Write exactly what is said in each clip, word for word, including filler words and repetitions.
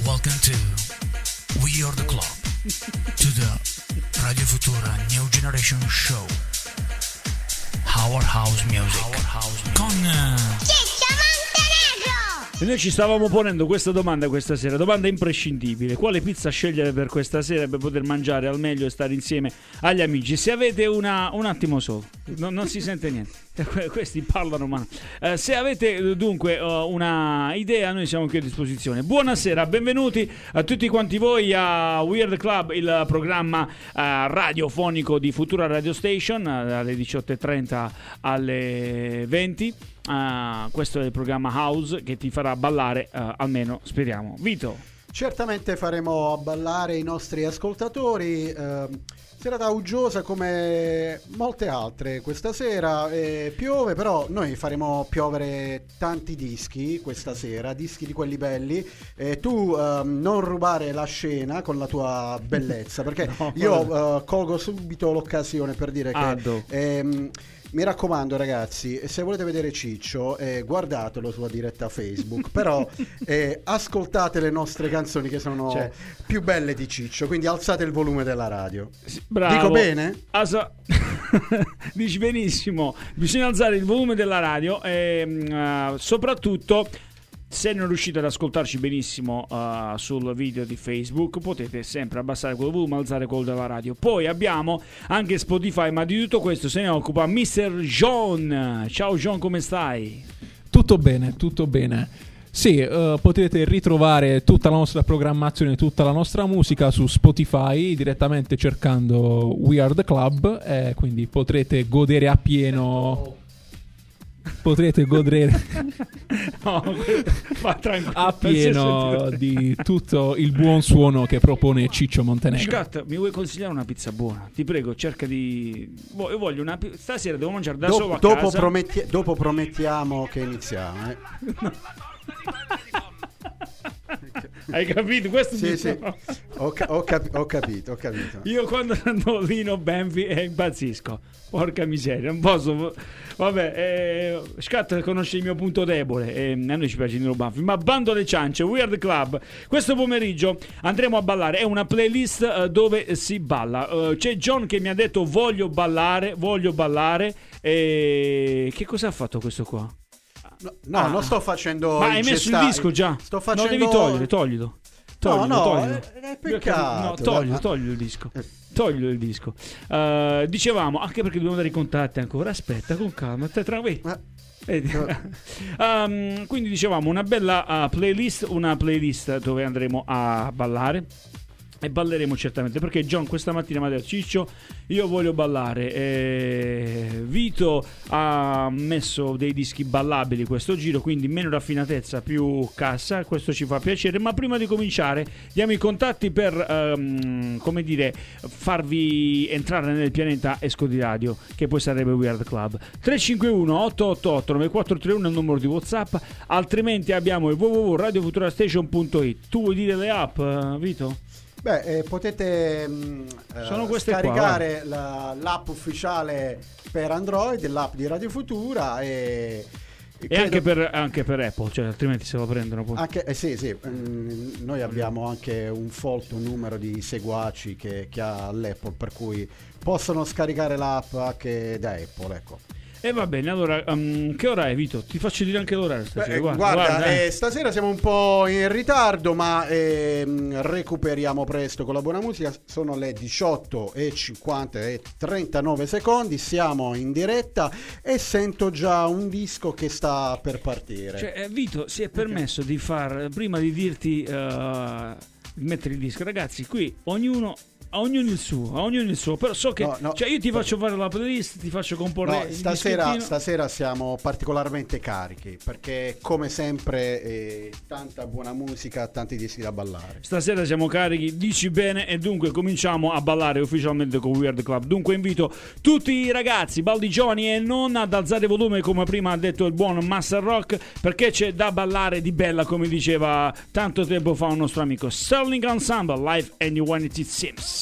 Welcome to We Are The Club, to the Radio Futura New Generation Show. Our House Music. Our House Music. Con Ciccio Montenegro! E noi ci stavamo ponendo questa domanda questa sera, domanda imprescindibile: quale pizza scegliere per questa sera per poter mangiare al meglio e stare insieme agli amici? Se avete una, un attimo solo, non, non si sente niente. Questi parlano ma eh, se avete dunque uh, una idea, noi siamo qui a disposizione. Buonasera, benvenuti a tutti quanti voi a Weird Club, il programma uh, radiofonico di Futura Radio Station, uh, dalle diciotto e trenta alle venti. Uh, questo è il programma House che ti farà ballare, uh, almeno speriamo. Vito? Certamente faremo ballare i nostri ascoltatori. eh, Serata uggiosa come molte altre questa sera, eh, piove, però noi faremo piovere tanti dischi questa sera, dischi di quelli belli. eh, Tu eh, non rubare la scena con la tua bellezza, perché no, io eh, colgo subito l'occasione per dire che ehm, mi raccomando ragazzi, se volete vedere Ciccio, eh, guardatelo sulla diretta Facebook, però eh, ascoltate le nostre canzoni che sono cioè, più belle di Ciccio, quindi alzate il volume della radio. Bravo. Dico bene? Asa... Dici benissimo, bisogna alzare il volume della radio e uh, soprattutto, se non riuscite ad ascoltarci benissimo uh, sul video di Facebook, potete sempre abbassare quel volume, alzare quello della radio. Poi abbiamo anche Spotify, ma di tutto questo se ne occupa mister John. Ciao John, come stai? Tutto bene, tutto bene. Sì, uh, potete ritrovare tutta la nostra programmazione, tutta la nostra musica su Spotify direttamente cercando We Are The Club, e quindi potrete godere appieno... Potrete godere no, ma a pieno di tutto il buon suono che propone Ciccio Montenegro. Scat, mi vuoi consigliare una pizza buona? Ti prego, cerca di... Io voglio una pizza... Stasera devo mangiare da Do- solo a dopo casa. Prometti- dopo promettiamo che iniziamo, eh. Hai capito? Questo sì, mi... sì. Ho, ca- ho, cap- ho capito, ho capito. Io quando ando Lino Benfi e impazzisco. Porca miseria, non posso... Vabbè, eh, Scat conosce il mio punto debole e a noi ci piace Lino Benfi. Ma bando alle ciance, Weird Club. Questo pomeriggio andremo a ballare. È una playlist uh, dove si balla. Uh, c'è John che mi ha detto voglio ballare, voglio ballare. E... Che cosa ha fatto questo qua? No, no ah. non sto facendo. Ma hai messo il disco già? Sto facendo... No, devi togliere, toglilo. Toglilo, no, no, toglilo. È, è peccato. No, toglilo, toglilo il disco. Toglilo il disco. Uh, dicevamo, anche perché dobbiamo dare i contatti ancora. Aspetta, con calma, te tranquillo. um, quindi dicevamo una bella uh, playlist, una playlist dove andremo a ballare. E balleremo certamente, perché John questa mattina mi ha detto: Ciccio, io voglio ballare. E Vito ha messo dei dischi ballabili questo giro, quindi meno raffinatezza, più cassa. Questo ci fa piacere. Ma prima di cominciare diamo i contatti per um, come dire, farvi entrare nel pianeta esco di radio, che poi sarebbe Weird Club. Tre cinque uno otto otto otto nove quattro tre uno è il numero di WhatsApp. Altrimenti abbiamo il w w w punto radio futura station punto it. Tu vuoi dire le app, Vito? Beh, eh, potete mh, Sono eh, qua, scaricare la, l'app ufficiale per Android, l'app di Radio Futura e, e credo... anche, per, anche per Apple, cioè altrimenti se lo prendono poi. Anche, eh, sì, sì, mh, noi abbiamo anche un folto numero di seguaci che, che ha l'Apple, per cui possono scaricare l'app anche da Apple, ecco. E va bene, allora um, che ora è, Vito? Ti faccio dire anche l'orario stasera. Beh, guarda, guarda, guarda eh, stasera siamo un po' in ritardo, ma ehm, recuperiamo presto con la buona musica. Sono le diciotto e cinquanta e trentanove secondi, siamo in diretta e sento già un disco che sta per partire. Cioè, eh, Vito si è permesso okay. di far, prima di dirti uh, mettere il disco, ragazzi, qui ognuno a ognuno il suo, a ognuno il suo, però so che no, no, cioè io ti faccio fare la playlist, ti faccio comporre no, stasera, stasera siamo particolarmente carichi perché come sempre eh, tanta buona musica, tanti dischi da ballare. Stasera siamo carichi, dici bene, e dunque cominciamo a ballare ufficialmente con Weird Club. Dunque invito tutti i ragazzi, baldi giovani e non, ad alzare volume come prima ha detto il buon Master Rock, perché c'è da ballare di bella, come diceva tanto tempo fa un nostro amico. Sterling Ensemble, Life and When It Seems.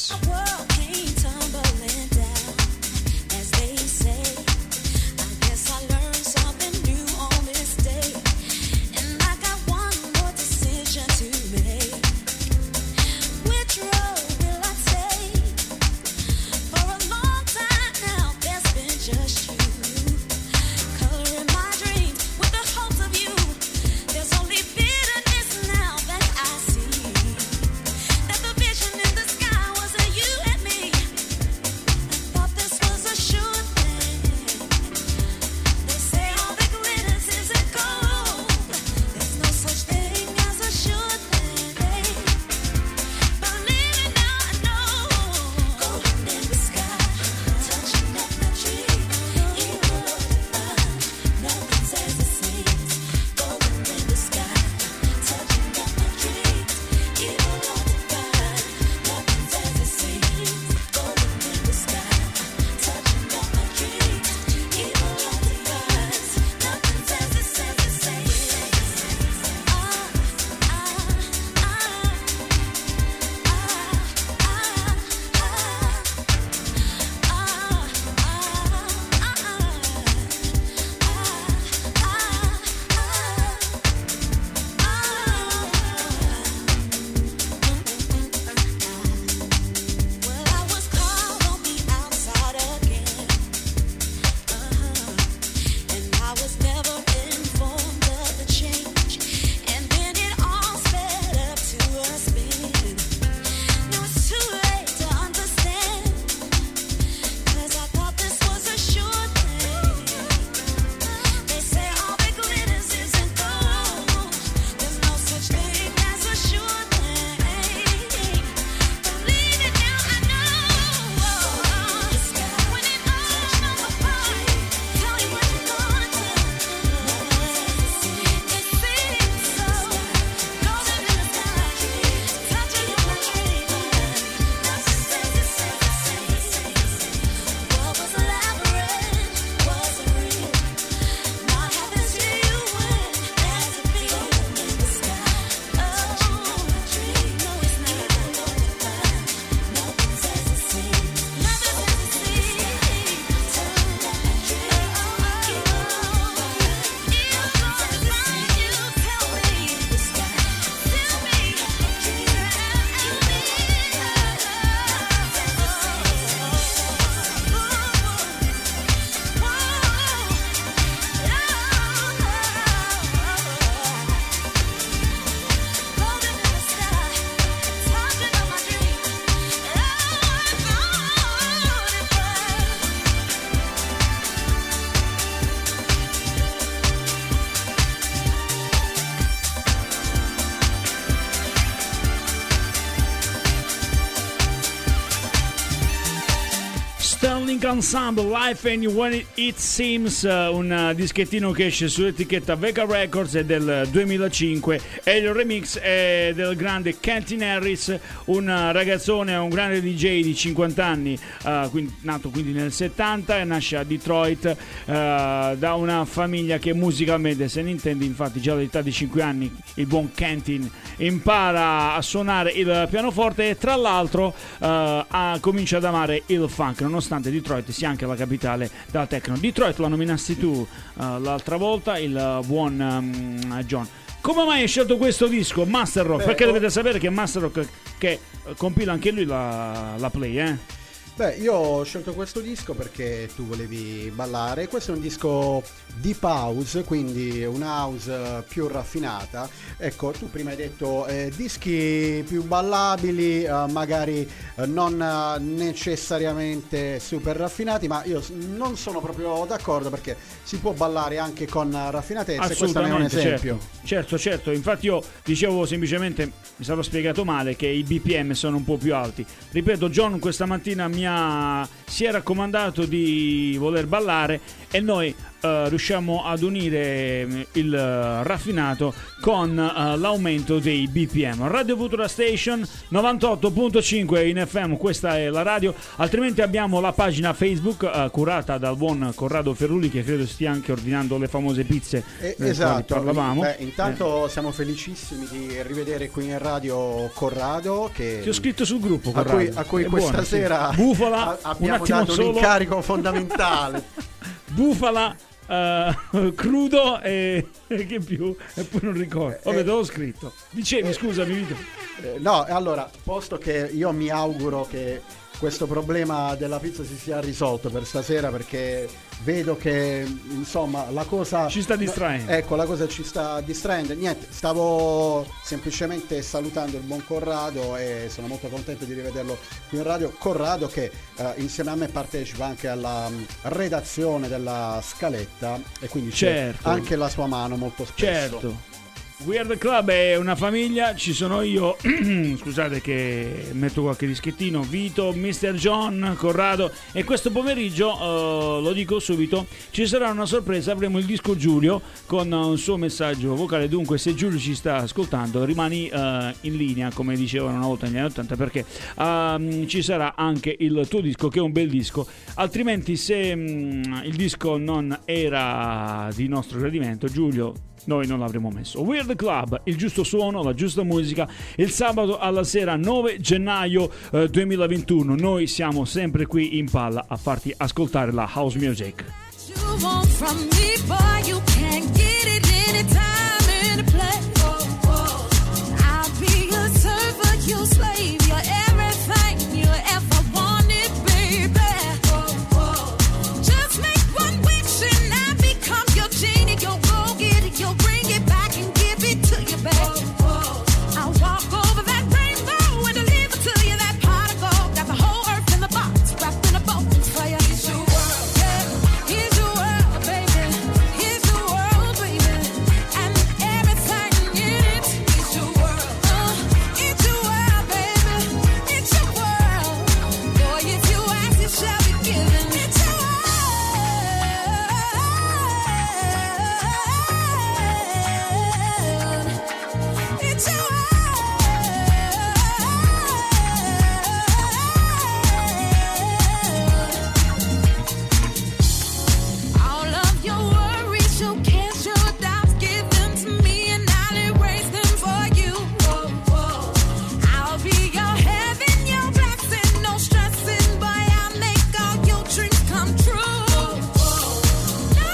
Make Falling Ensemble, Life and When It, It Seems, un dischettino che esce sull'etichetta Vega Records, è del duemilacinque e il remix è del grande Kenton Harris, un ragazzone, un grande D J di cinquanta anni, uh, quindi, nato quindi nel settanta, e nasce a Detroit uh, da una famiglia che musicalmente se ne intende. Infatti già all'età di cinque anni il buon Kenton impara a suonare il pianoforte e tra l'altro uh, ha, comincia ad amare il funk, nonostante Detroit sia anche la capitale della techno. Detroit la nominasti tu uh, l'altra volta, il uh, buon um, John. Come mai hai scelto questo disco, Master Rock? Beh, Perché oh... dovete sapere che Master Rock che uh, compila anche lui la, la play, eh? Beh, io ho scelto questo disco perché tu volevi ballare. Questo è un disco deep house, quindi una house più raffinata. Ecco, tu prima hai detto eh, dischi più ballabili, eh, magari eh, non eh, necessariamente super raffinati, ma io non sono proprio d'accordo perché si può ballare anche con raffinatezza, e questo ne è un esempio. Certo, certo, certo. Infatti io dicevo semplicemente, mi sarò spiegato male, che i B P M sono un po' più alti. Ripeto, John questa mattina mi ha, si è raccomandato di voler ballare e noi uh, riusciamo ad unire il uh, raffinato con uh, l'aumento dei B P M. Radio Futura Station novantotto virgola cinque in F M, questa è la radio. Altrimenti abbiamo la pagina Facebook uh, curata dal buon Corrado Ferrulli, che credo stia anche ordinando le famose pizze eh, esatto. parlavamo. Beh, intanto eh. siamo felicissimi di rivedere qui in radio Corrado, che ti ho scritto sul gruppo, a cui, a cui questa buona, sera sì. Bufala, abbiamo un dato solo. un incarico fondamentale. Bufala, uh, crudo e, e che più? E poi non ricordo. Vabbè, te l'ho scritto. Dicevi, eh, scusami, Vito. Eh, no, allora, posto che io mi auguro che questo problema della pizza si sia risolto per stasera, perché vedo che insomma la cosa ci sta distraendo. Ecco, la cosa ci sta distraendo. Niente, stavo semplicemente salutando il buon Corrado e sono molto contento di rivederlo qui in radio. Corrado che eh, insieme a me partecipa anche alla um, redazione della scaletta e quindi certo. c'è anche la sua mano molto spesso. Certo. We Are The Club è una famiglia, ci sono io, scusate che metto qualche dischettino, Vito, mister John, Corrado, e questo pomeriggio, uh, lo dico subito, ci sarà una sorpresa, avremo il disco Giulio con un suo messaggio vocale. Dunque se Giulio ci sta ascoltando rimani uh, in linea, come dicevano una volta negli anni ottanta, perché uh, ci sarà anche il tuo disco, che è un bel disco. Altrimenti se um, il disco non era di nostro gradimento, Giulio, noi non l'avremmo messo. We Are The Club, il giusto suono, la giusta musica, il sabato alla sera nove gennaio eh, duemilaventuno. Noi siamo sempre qui in palla a farti ascoltare la house music.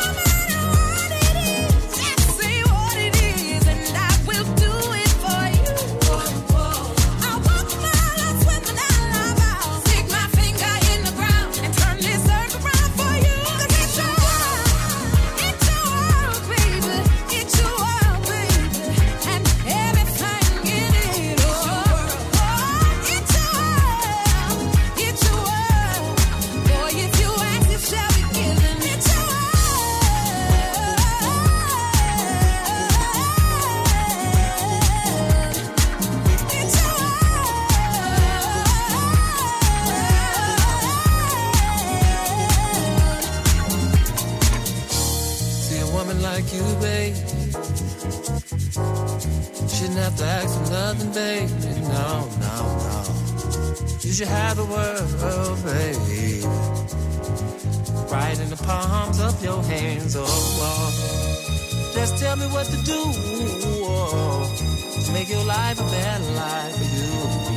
For you. shouldn't have to ask for nothing, baby. No, no, no. You should have the world, baby, right in the palms of your hands. Oh, oh. Just tell me what to do, oh, to make your life a better life for you.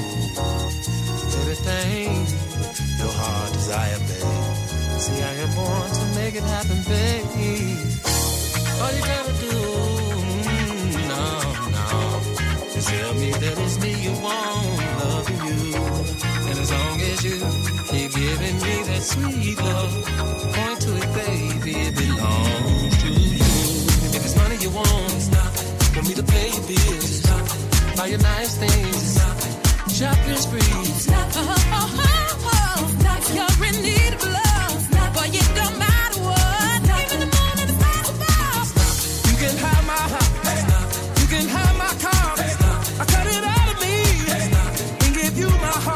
Everything your heart desire, babe. See, I am born to make it happen, babe. All you gotta do, mm, no, no, just tell me that it's me you want, loving you. And as long as you keep giving me that sweet love, point to it, baby, it belongs to you. If it's money you want, it's nothing. Want me to pay your bills, it's nothing. Buy your nice things, it's nothing. Shopping spree, it's nothing. Oh, oh, oh, oh. It's nothing. You're in need of love, but it don't matter what. Even the moon and the stars above. You can have my heart, you can have my car. I cut it out of me and give you my heart.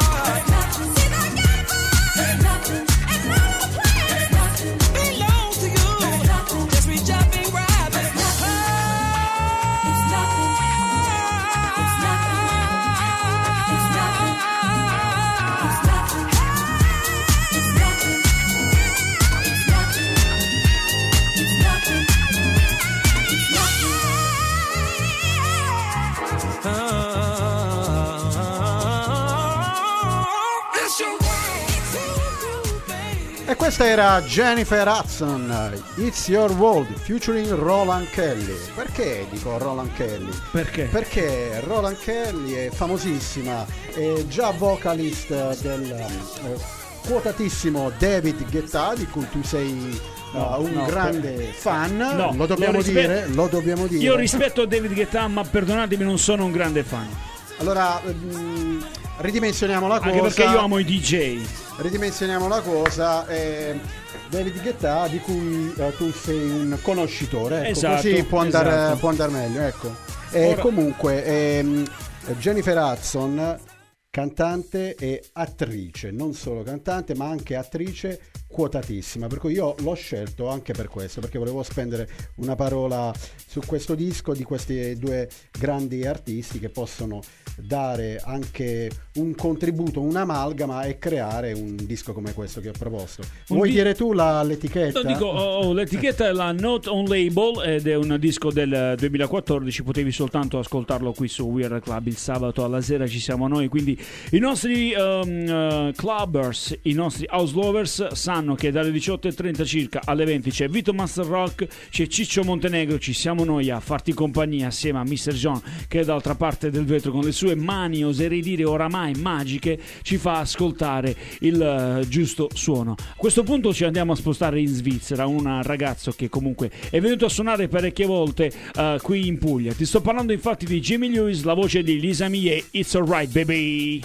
E questa era Jennifer Hudson, It's Your World, featuring Roland Kelly. Perché dico Roland Kelly? Perché? Perché Roland Kelly è famosissima, è già vocalist del eh, quotatissimo David Guetta, di cui tu sei uh, No, un no, grande per... fan. No, lo dobbiamo rispe... dire, lo dobbiamo dire. Io rispetto David Guetta, ma perdonatemi, non sono un grande fan. Allora, mh, ridimensioniamo la cosa. Anche perché io amo i D J. Ridimensioniamo la cosa. Eh, David Guetta, di cui eh, tu sei un conoscitore, ecco, Esatto, così può andare, esatto. può andare meglio. Ecco. E Ora- comunque, ehm, Jennifer Hudson, cantante e attrice, non solo cantante, ma anche attrice quotatissima. Per cui io l'ho scelto anche per questo, perché volevo spendere una parola su questo disco di questi due grandi artisti che possono dare anche un contributo, un'amalgama e creare un disco come questo che ho proposto. Un Vuoi di- dire tu la, l'etichetta? No, dico, oh, l'etichetta è la Not On Label ed è un disco del duemilaquattordici, potevi soltanto ascoltarlo qui su We Are The Club il sabato alla sera, ci siamo noi, quindi i nostri um, uh, clubbers, i nostri house lovers sanno che dalle diciotto e trenta circa alle venti c'è Vito Master Rock, c'è Ciccio Montenegro, ci siamo noi a farti compagnia assieme a mister John, che d'altra parte del vetro con le sue mani, oserei dire oramai magiche, ci fa ascoltare il uh, giusto suono. A questo punto ci andiamo a spostare in Svizzera, un ragazzo che comunque è venuto a suonare parecchie volte uh, qui in Puglia. Ti sto parlando infatti di Jimmy Lewis, la voce di Lisa Mie, It's Alright Baby.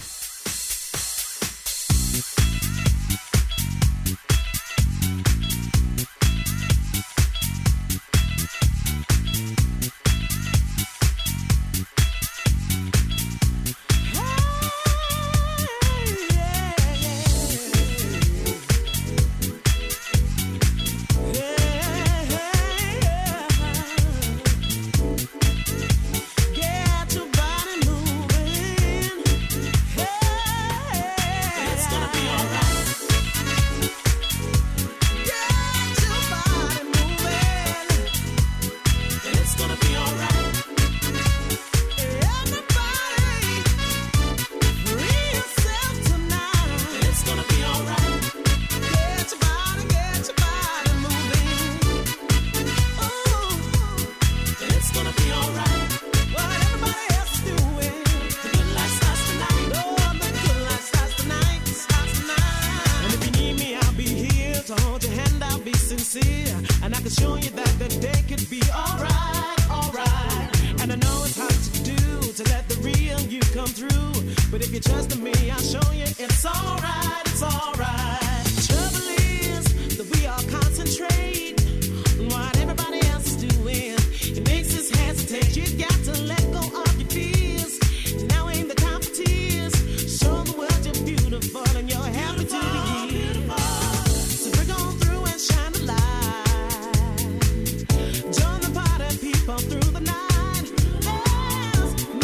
Get your body moving. But if you trust me, I'll show you it's alright, it's alright. Trouble is that we all concentrate on what everybody else is doing. It makes us hesitate. You got to let go of your fears. Now ain't the time for tears. Show the world you're beautiful and you're happy to be here. So break on through and shine the light. Join the party, people, through the night. There's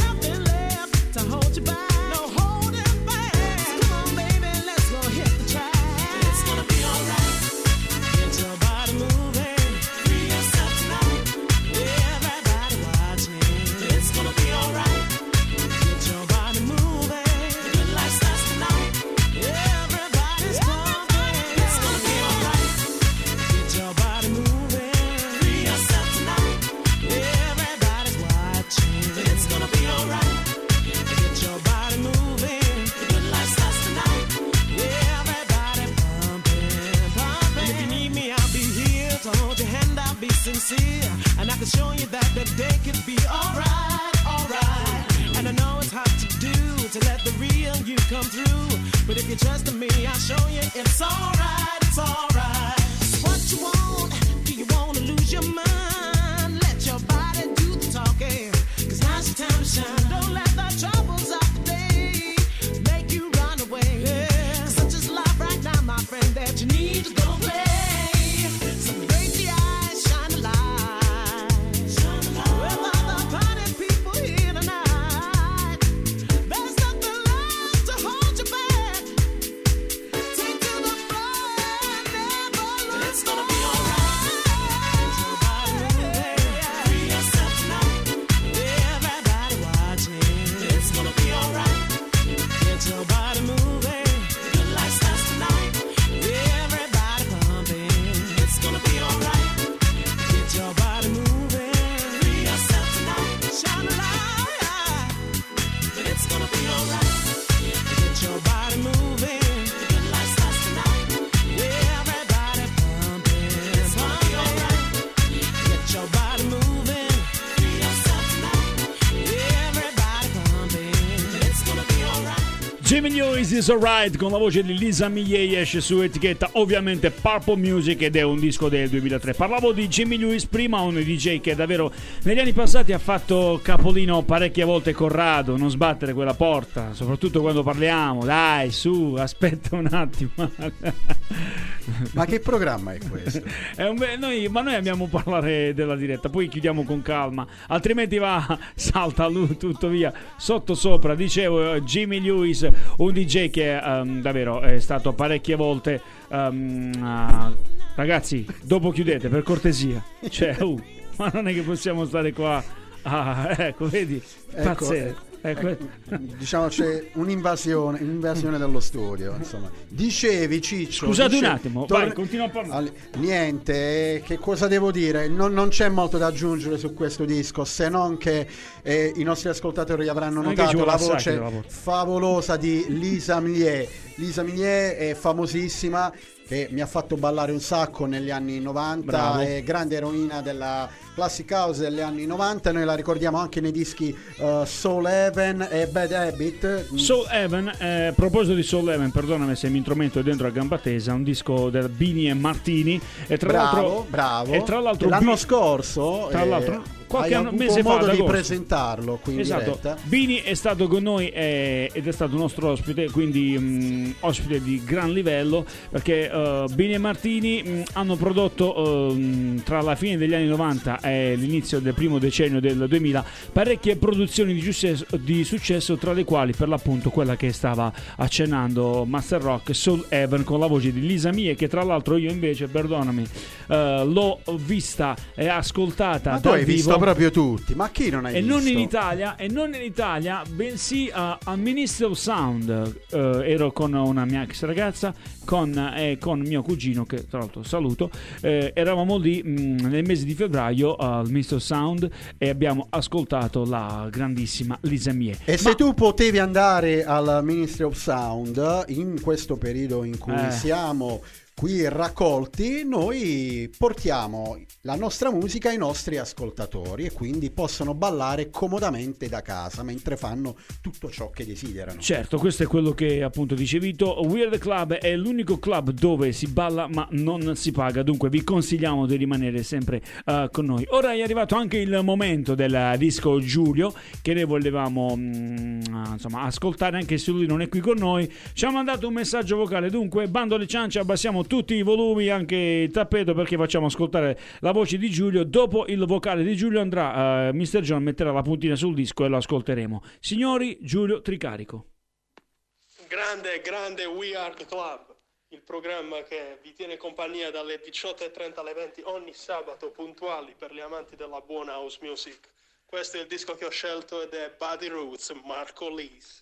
to let the real you come through. But if you trust me, I'll show you it's alright, it's alright. So what you want? Do you want to lose your mind? Let your body do the talking, 'cause now's your time to shine. Don't let the troubles of the day make you run away. Yeah. Such is life right now, my friend, that you need to go play. So raise the eyes, shine the light. Shine the light. With all the party people here tonight, there's nothing left to hold you back. Take to the floor and never look. It's gonna be alright. Get your body moving. Free yourself tonight. Everybody watching. It's gonna be alright. Get your body moving. Good life starts tonight. Everybody pumping. It's gonna be alright. Get your body moving. Free yourself tonight. Shine a light. It's gonna be alright. Get your body moving. Good life starts tonight. Everybody pumping. It's gonna be alright. Get your body moving. Free yourself tonight. Everybody pumping. It's gonna be alright. Jimmy Lewis is Alright con la voce di Lisa Migliei, esce su etichetta ovviamente Purple Music ed è un disco del duemilatré. Parlavo di Jimmy Lewis prima, un D J che davvero negli anni passati ha fatto capolino parecchie volte. Corrado, non sbattere quella porta, soprattutto quando parliamo, dai su, aspetta un attimo. Ma che programma è questo? È un be- noi, ma noi amiamo parlare della diretta, poi chiudiamo con calma, altrimenti va, salta lui tutto via sotto sopra. Dicevo, Jimmy Lewis, un D J che um, davvero è stato parecchie volte um, uh, ragazzi, dopo chiudete per cortesia, cioè, uh, ma non è che possiamo stare qua, ah, ecco, vedi, Ecco, pazzesco. Ecco. ecco, diciamo c'è un'invasione, un'invasione dello studio, insomma. Dicevi, Ciccio, Scusate dicevi, un attimo, torna- vai, continua a parlare. Al- niente, eh, che cosa devo dire? Non, non c'è molto da aggiungere su questo disco, se non che eh, i nostri ascoltatori avranno Non è che ci notato vuole la assai voce che la voce. favolosa di Lisa Migliei. Lisa Migliei è famosissima, che mi ha fatto ballare un sacco negli anni novanta, Bravo. è grande eroina della classic house degli anni novanta. Noi la ricordiamo anche nei dischi uh, Soul Heaven e Bad Habit. Soul Heaven, eh, a proposito di Soul Heaven, perdonami se mi intrometto dentro a gamba tesa, un disco del Bini e Martini e tra Bravo, l'altro bravo. e tra l'altro l'anno Bi- scorso tra eh, l'altro qualche hai anno- avuto mese fa, modo ad di agosto. presentarlo qui in Esatto, diretta. Bini è stato con noi eh, ed è stato nostro ospite, quindi mh, ospite di gran livello, perché uh, Bini e Martini mh, hanno prodotto uh, tra la fine degli anni novanta e l'inizio del primo decennio del duemila parecchie produzioni di successo, di successo, tra le quali per l'appunto quella che stava accennando Master Rock, Soul Heaven, con la voce di Lisa Mie, che tra l'altro io invece, perdonami, uh, l'ho vista e ascoltata Ma tu dal hai vivo. visto proprio tutti, ma chi non hai E visto? non in Italia, e non in Italia, bensì a, a Ministry of Sound. Eh, ero con una mia ex ragazza con, e con mio cugino, che tra l'altro saluto. Eh, eravamo lì mh, nel mese di febbraio al Ministry of Sound e abbiamo ascoltato la grandissima Lisa Mie. E se tu potevi andare al Ministry of Sound in questo periodo in cui Eh. siamo qui raccolti, noi portiamo la nostra musica ai nostri ascoltatori e quindi possono ballare comodamente da casa mentre fanno tutto ciò che desiderano. Certo, questo è quello che appunto dice Vito. Weird Club è l'unico club dove si balla ma non si paga, dunque vi consigliamo di rimanere sempre uh, con noi. Ora è arrivato anche il momento del disco Giulio, che noi volevamo mm, insomma ascoltare, anche se lui non è qui con noi. Ci ha mandato un messaggio vocale, dunque bando alle ciance, abbassiamo tutti i volumi, anche il tappeto, perché facciamo ascoltare la voce di Giulio. Dopo il vocale di Giulio andrà uh, mister John, metterà la puntina sul disco e lo ascolteremo. Signori, Giulio Tricarico. Grande, grande We Are The Club, il programma che vi tiene compagnia dalle diciotto e trenta alle venti ogni sabato, puntuali per gli amanti della buona house music. Questo è il disco che ho scelto ed è Buddy Roots, Marco Lees.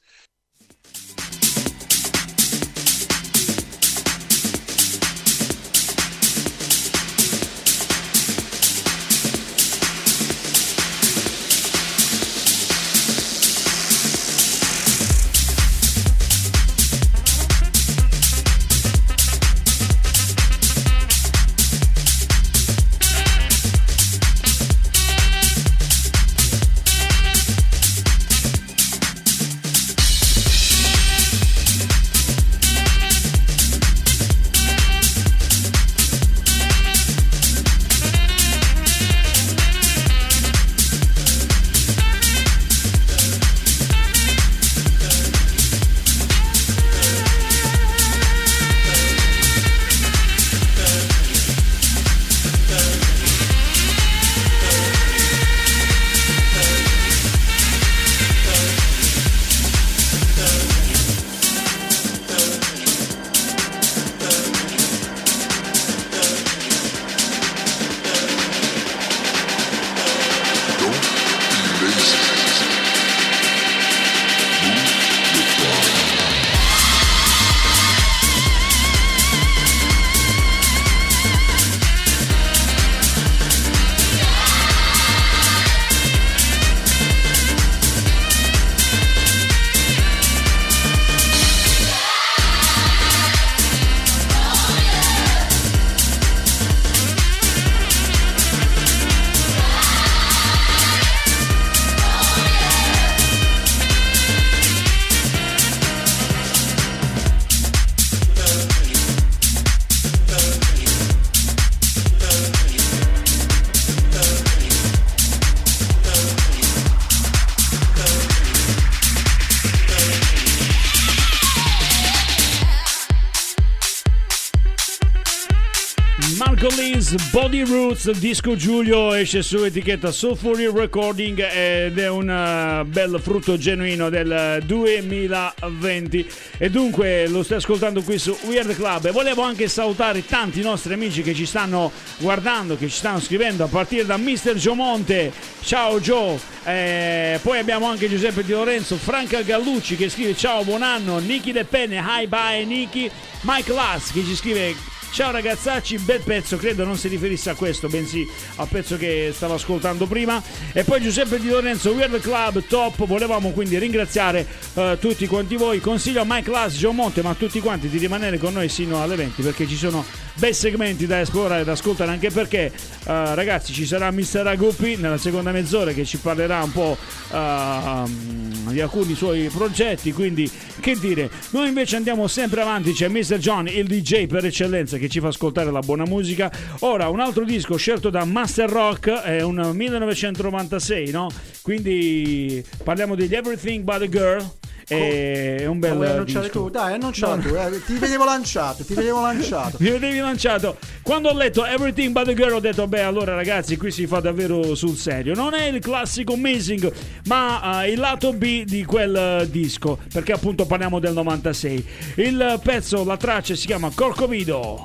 Roots, Body Roots, disco Giulio, esce su etichetta Soulful Recording ed è un uh, bel frutto genuino del duemilaventi e dunque lo stai ascoltando qui su Weird Club. E volevo anche salutare tanti nostri amici che ci stanno guardando, che ci stanno scrivendo, a partire da mister Giomonte, ciao Gio, eh, poi abbiamo anche Giuseppe Di Lorenzo, Franca Gallucci che scrive ciao buon anno, Niki De Penne, hi bye Niki, Mike Lass che ci scrive ciao ragazzacci, bel pezzo, credo non si riferisse a questo, bensì al pezzo che stavo ascoltando prima. E poi Giuseppe Di Lorenzo, Weird Club, top. Volevamo quindi ringraziare uh, tutti quanti voi. Consiglio a Mike Lass, Gio Monte, ma a tutti quanti di rimanere con noi sino alle venti, perché ci sono bei segmenti da esplorare e da ascoltare, anche perché uh, ragazzi ci sarà mister Aguppi nella seconda mezz'ora che ci parlerà un po' uh, di alcuni suoi progetti, quindi che dire, noi invece andiamo sempre avanti. C'è mister John, il D J per eccellenza, che ci fa ascoltare la buona musica. Ora un altro disco scelto da Master Rock, è un millenovecentonovantasei, no? Quindi parliamo degli Everything But a Girl. È un bel vuoi annunciare disco. tu? Dai, annunciala No. tu, eh. Ti vedevo lanciato, ti vedevo lanciato. Mi vedevi lanciato. Quando ho letto Everything But a Girl ho detto beh, allora ragazzi, qui si fa davvero sul serio. Non è il classico Amazing, ma uh, il lato B di quel uh, disco, perché appunto parliamo del novantasei. Il pezzo, la traccia si chiama Corcovido.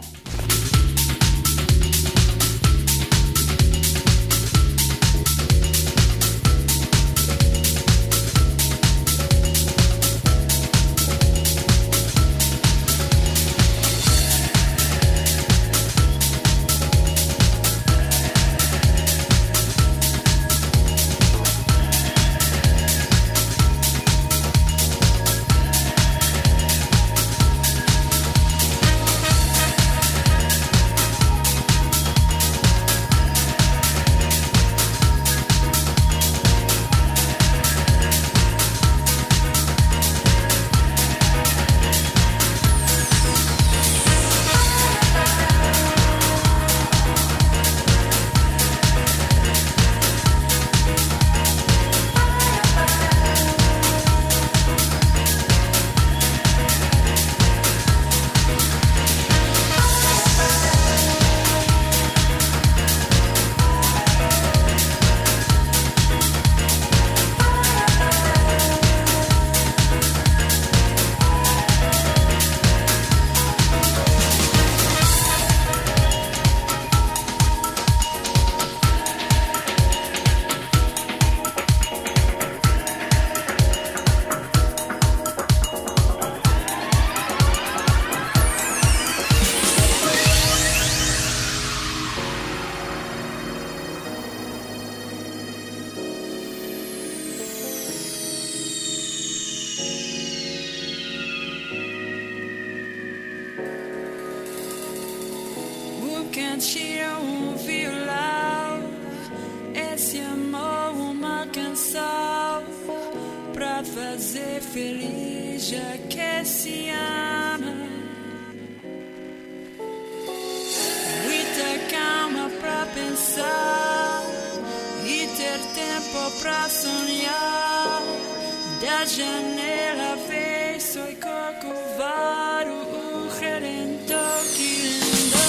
Can't she ouvir o love? Esse amor, uma canção pra fazer feliz, já que se ama. Muita calma pra pensar e ter tempo pra sonhar. Da janela vejo soy Corcovado, o redentor que lindou.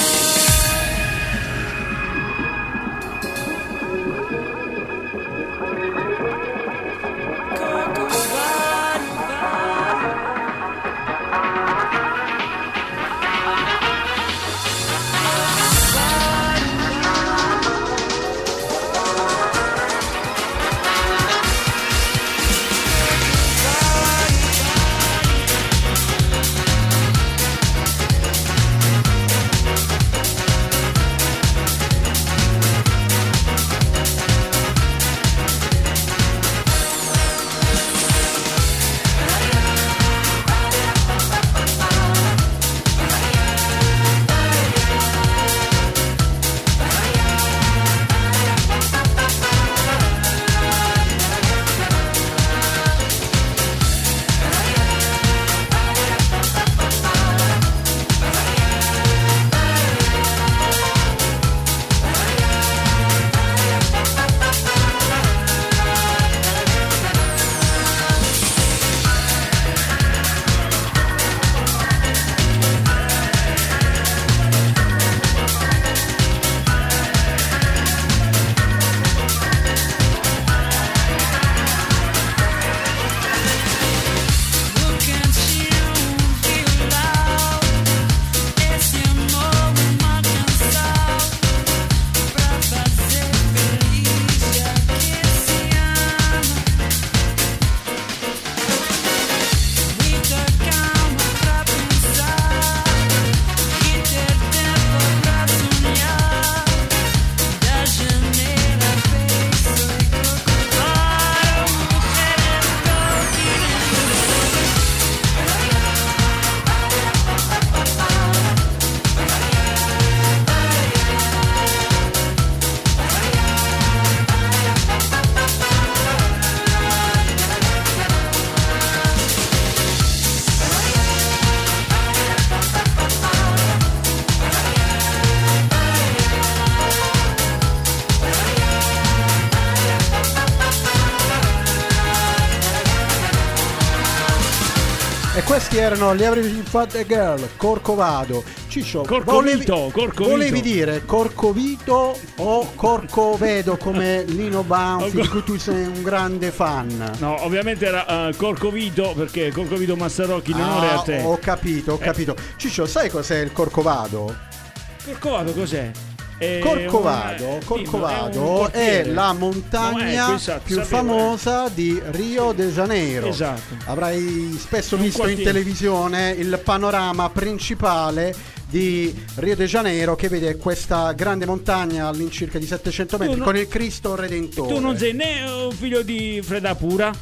Bye. E questi erano gli Everything Fat the Girl, Corcovado. Ciccio, Corcovito, volevi, Corcovito. volevi dire Corcovito o Corcovedo come Lino Banfi, di cui tu sei un grande fan? No, ovviamente era uh, Corcovito, perché Corcovito Massarocchi in onore Ah, a te. ho capito, ho Eh. capito. Ciccio, sai cos'è il Corcovado? Corcovado cos'è? È Corcovado, un- Corcovado è, un è quartiere. la No, montagna ecco, esatto, più sapevo, famosa di Rio de Janeiro. Esatto. Avrai spesso È un visto in quartiere. televisione il panorama principale di Rio de Janeiro, che vede questa grande montagna all'incirca di settecento metri non- con il Cristo Redentore. Tu non sei né un figlio di Freda Pura?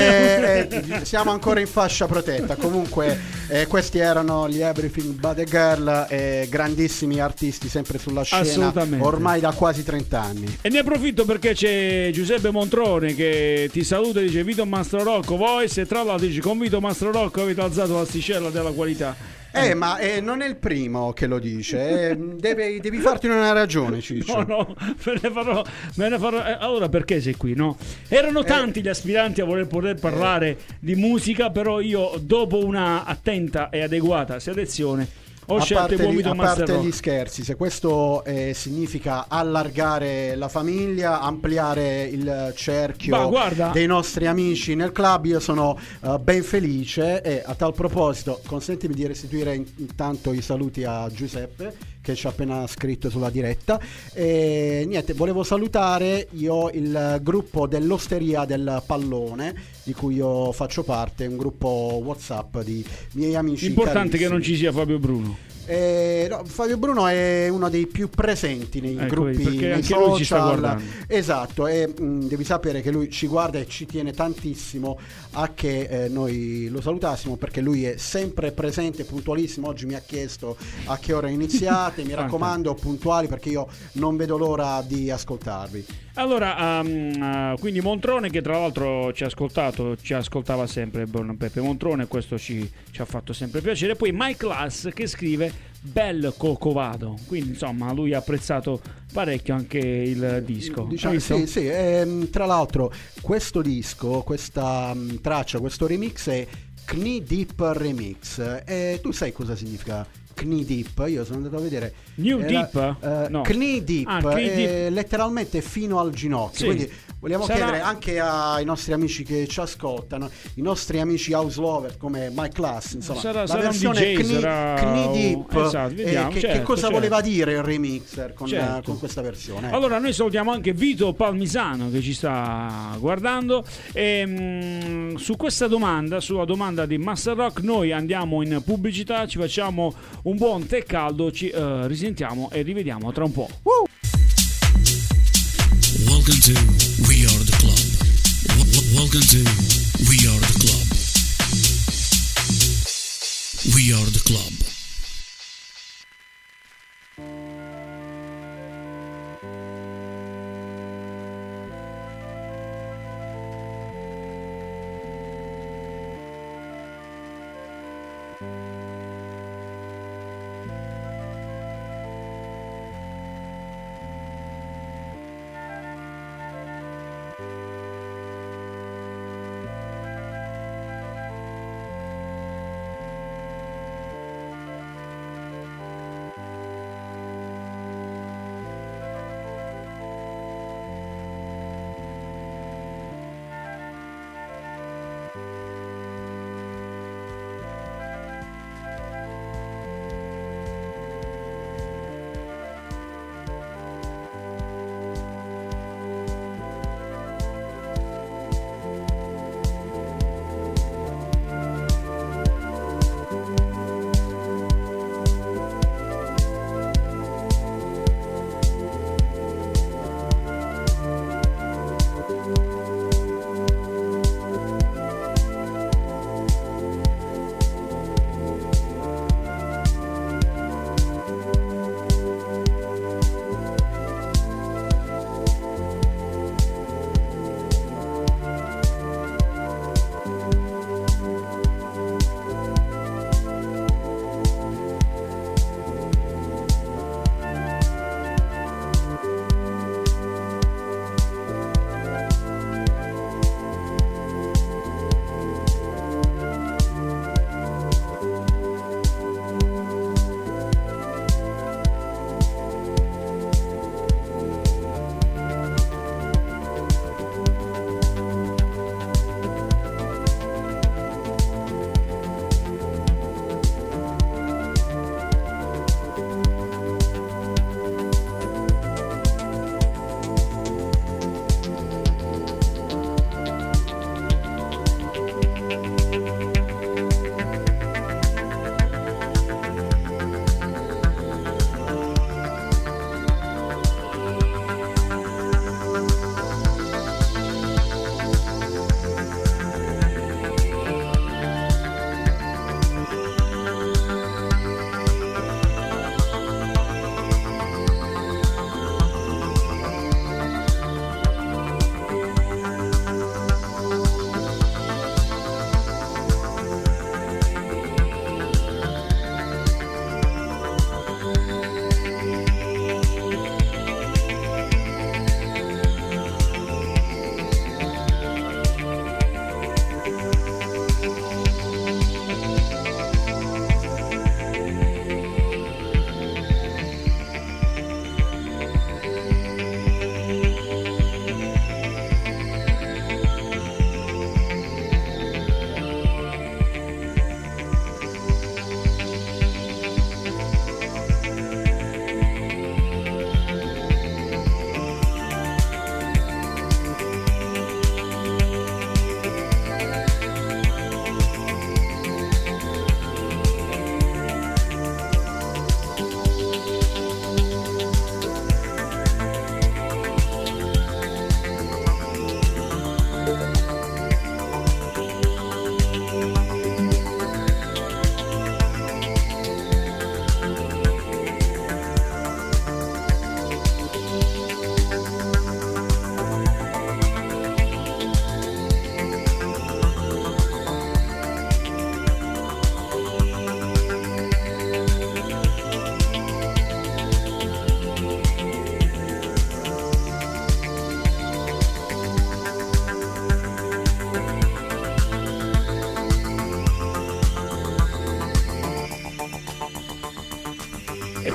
Eh, eh, siamo ancora in fascia protetta. Comunque eh, questi erano gli Everything But a Girl, eh, grandissimi artisti sempre sulla scena Assolutamente. ormai da quasi trenta anni. E ne approfitto perché c'è Giuseppe Montrone che ti saluta e dice: Vito Mastro Rocco, voi se tra l'altro dici con Vito Mastro Rocco avete alzato l'asticella della qualità. Eh, ma eh, non è il primo che lo dice, eh, devi, devi farti una ragione, Ciccio. No, no, me ne farò. Me ne farò eh, allora, perché sei qui, no? Erano tanti gli aspiranti a voler poter parlare di musica, però io, dopo una attenta e adeguata selezione, ho A scelto parte, il buon gli, Vito a Master parte Rock. gli scherzi, se questo eh, significa allargare la famiglia, ampliare il cerchio Ma guarda- dei nostri amici nel club, io sono eh, ben felice. E a tal proposito consentimi di restituire in- intanto i saluti a Giuseppe, che ci ha appena scritto sulla diretta. E niente, volevo salutare io il gruppo dell'Osteria del Pallone, di cui io faccio parte, un gruppo WhatsApp di miei amici. Importante che carissimi. non ci sia Fabio Bruno. Eh, no, Fabio Bruno è uno dei più presenti nei Ecco, gruppi, perché nei anche social. lui ci sta guardando. Esatto, e mh, devi sapere che lui ci guarda e ci tiene tantissimo a che eh, noi lo salutassimo, perché lui è sempre presente, puntualissimo. Oggi mi ha chiesto a che ora iniziate, mi raccomando puntuali, perché io non vedo l'ora di ascoltarvi. Allora, um, uh, quindi Montrone, che tra l'altro ci ha ascoltato, ci ascoltava sempre, buon Peppe Montrone, questo ci, ci ha fatto sempre piacere. Poi Mike Lass che scrive Bel Corcovado, quindi insomma lui ha apprezzato parecchio anche il disco. Diciamo, Hai visto? sì, sì. ehm, tra l'altro questo disco, questa mh, traccia, questo remix è Knee Deep Remix. E tu sai cosa significa Knee Deep? Io sono andato a vedere. New Era, Deep? eh, No. Knee Deep, Ah, knee è deep. letteralmente fino al ginocchio. Sì. Quindi vogliamo Sarà- chiedere anche ai nostri amici che ci ascoltano, i nostri amici house lover come Mike Class, insomma, Sarà- la sarà un versione D J, Knee, sarà Knee un- Deep. esatto, eh, vediamo, che, che certo, cosa certo. voleva dire il remixer con, Certo. eh, con questa versione? Allora noi salutiamo anche Vito Palmisano che ci sta guardando e mm, su questa domanda, sulla domanda di Master Rock, noi andiamo in pubblicità, ci facciamo un buon tè caldo, ci eh, risentiamo e rivediamo tra un po'. Welcome to We Are the Club. W- w- welcome to We Are the Club. We Are the Club.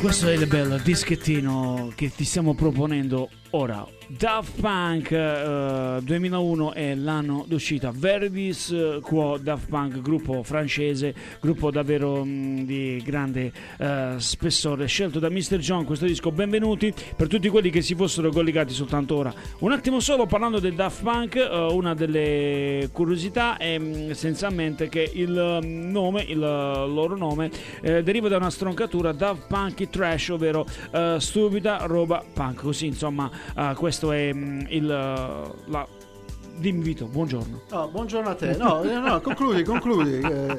Questo è il bel dischettino che ti stiamo proponendo ora. Daft Punk uh, duemilauno è l'anno d'uscita. Verdis uh, Quo Daft Punk, gruppo francese, gruppo davvero mh, di grande uh, spessore, scelto da mister John questo disco. Benvenuti per tutti quelli che si fossero collegati soltanto ora. Un attimo solo parlando del Daft Punk, uh, una delle curiosità è mh, essenzialmente che il nome, il loro nome eh, deriva da una stroncatura Daft Punk Trash, ovvero uh, stupida roba punk, così insomma. Uh, questo è um, il uh, la dimmi Vito, buongiorno. No, buongiorno a te. No, no, concludi, concludi. Eh,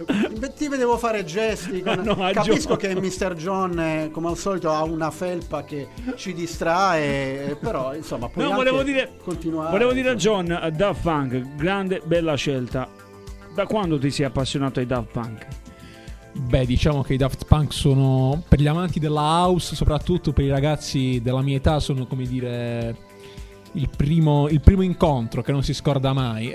ti vedevo fare gesti. Con... No, capisco che mister John, eh, come al solito, ha una felpa che ci distrae, eh, però insomma, puoi no, anche volevo dire, continuare. Volevo dire a John, uh, Daft Punk, grande, bella scelta. Da quando ti sei appassionato ai Daft Punk? Beh, diciamo che i Daft Punk sono, per gli amanti della house, soprattutto per i ragazzi della mia età, sono, come dire, il primo, il primo incontro che non si scorda mai.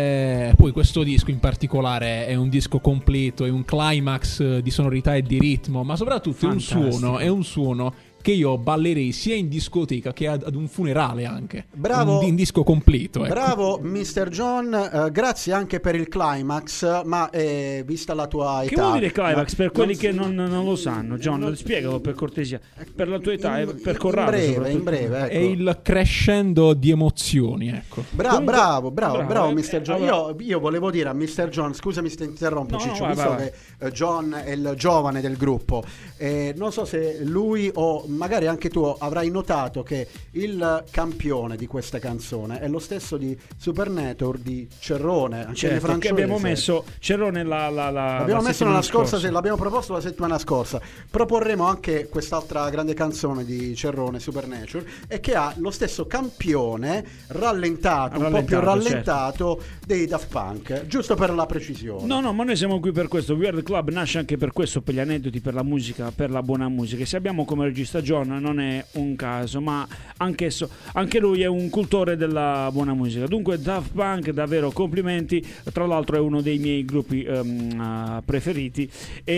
E poi questo disco in particolare è un disco completo, è un climax di sonorità e di ritmo, ma soprattutto è un suono, è un suono che io ballerei sia in discoteca che ad, ad un funerale anche. Bravo, un, un disco completo. Ecco. Bravo mister John, uh, grazie anche per il climax, ma eh, vista la tua età... Che vuol dire climax per quelli non che si... non, non lo sanno? John, non... spiegalo per cortesia. Per la tua età, in, per Corrado. In breve, in breve, ecco. È il crescendo di emozioni, ecco. Bra- Comunque, bravo, bravo, bravo, bravo eh, mister John. allora... Io, io volevo dire a mister John, scusami se ti interrompo, No, Ciccio, no, vai, visto vai, che eh, John è il giovane del gruppo, eh, non so se lui o magari anche tu avrai notato che il campione di questa canzone è lo stesso di Supernatural di Cerrone, anche certo, di francese. Che abbiamo messo Cerrone la, la, la l'abbiamo la messo nella scorsa, scorsa. Se l'abbiamo proposto la settimana scorsa. Proporremo anche quest'altra grande canzone di Cerrone, Supernatural, e che ha lo stesso campione rallentato, un po' più rallentato, certo, dei Daft Punk, giusto per la precisione. No, no, ma noi siamo qui per questo. We Are The Club nasce anche per questo, per gli aneddoti, per la musica, per la buona musica. E se abbiamo come regista John non è un caso, ma anch'esso, anche lui è un cultore della buona musica. Dunque Daft Punk, davvero complimenti. Tra l'altro è uno dei miei gruppi um, uh, preferiti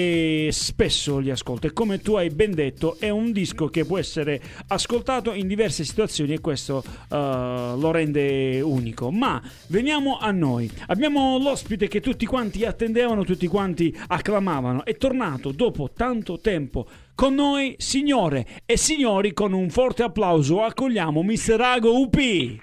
e spesso li ascolto, e come tu hai ben detto è un disco che può essere ascoltato in diverse situazioni, e questo uh, lo rende unico. Ma veniamo a noi. Abbiamo l'ospite che tutti quanti attendevano, tutti quanti acclamavano. È tornato dopo tanto tempo con noi, signore e signori. Con un forte applauso accogliamo mister Ago U P.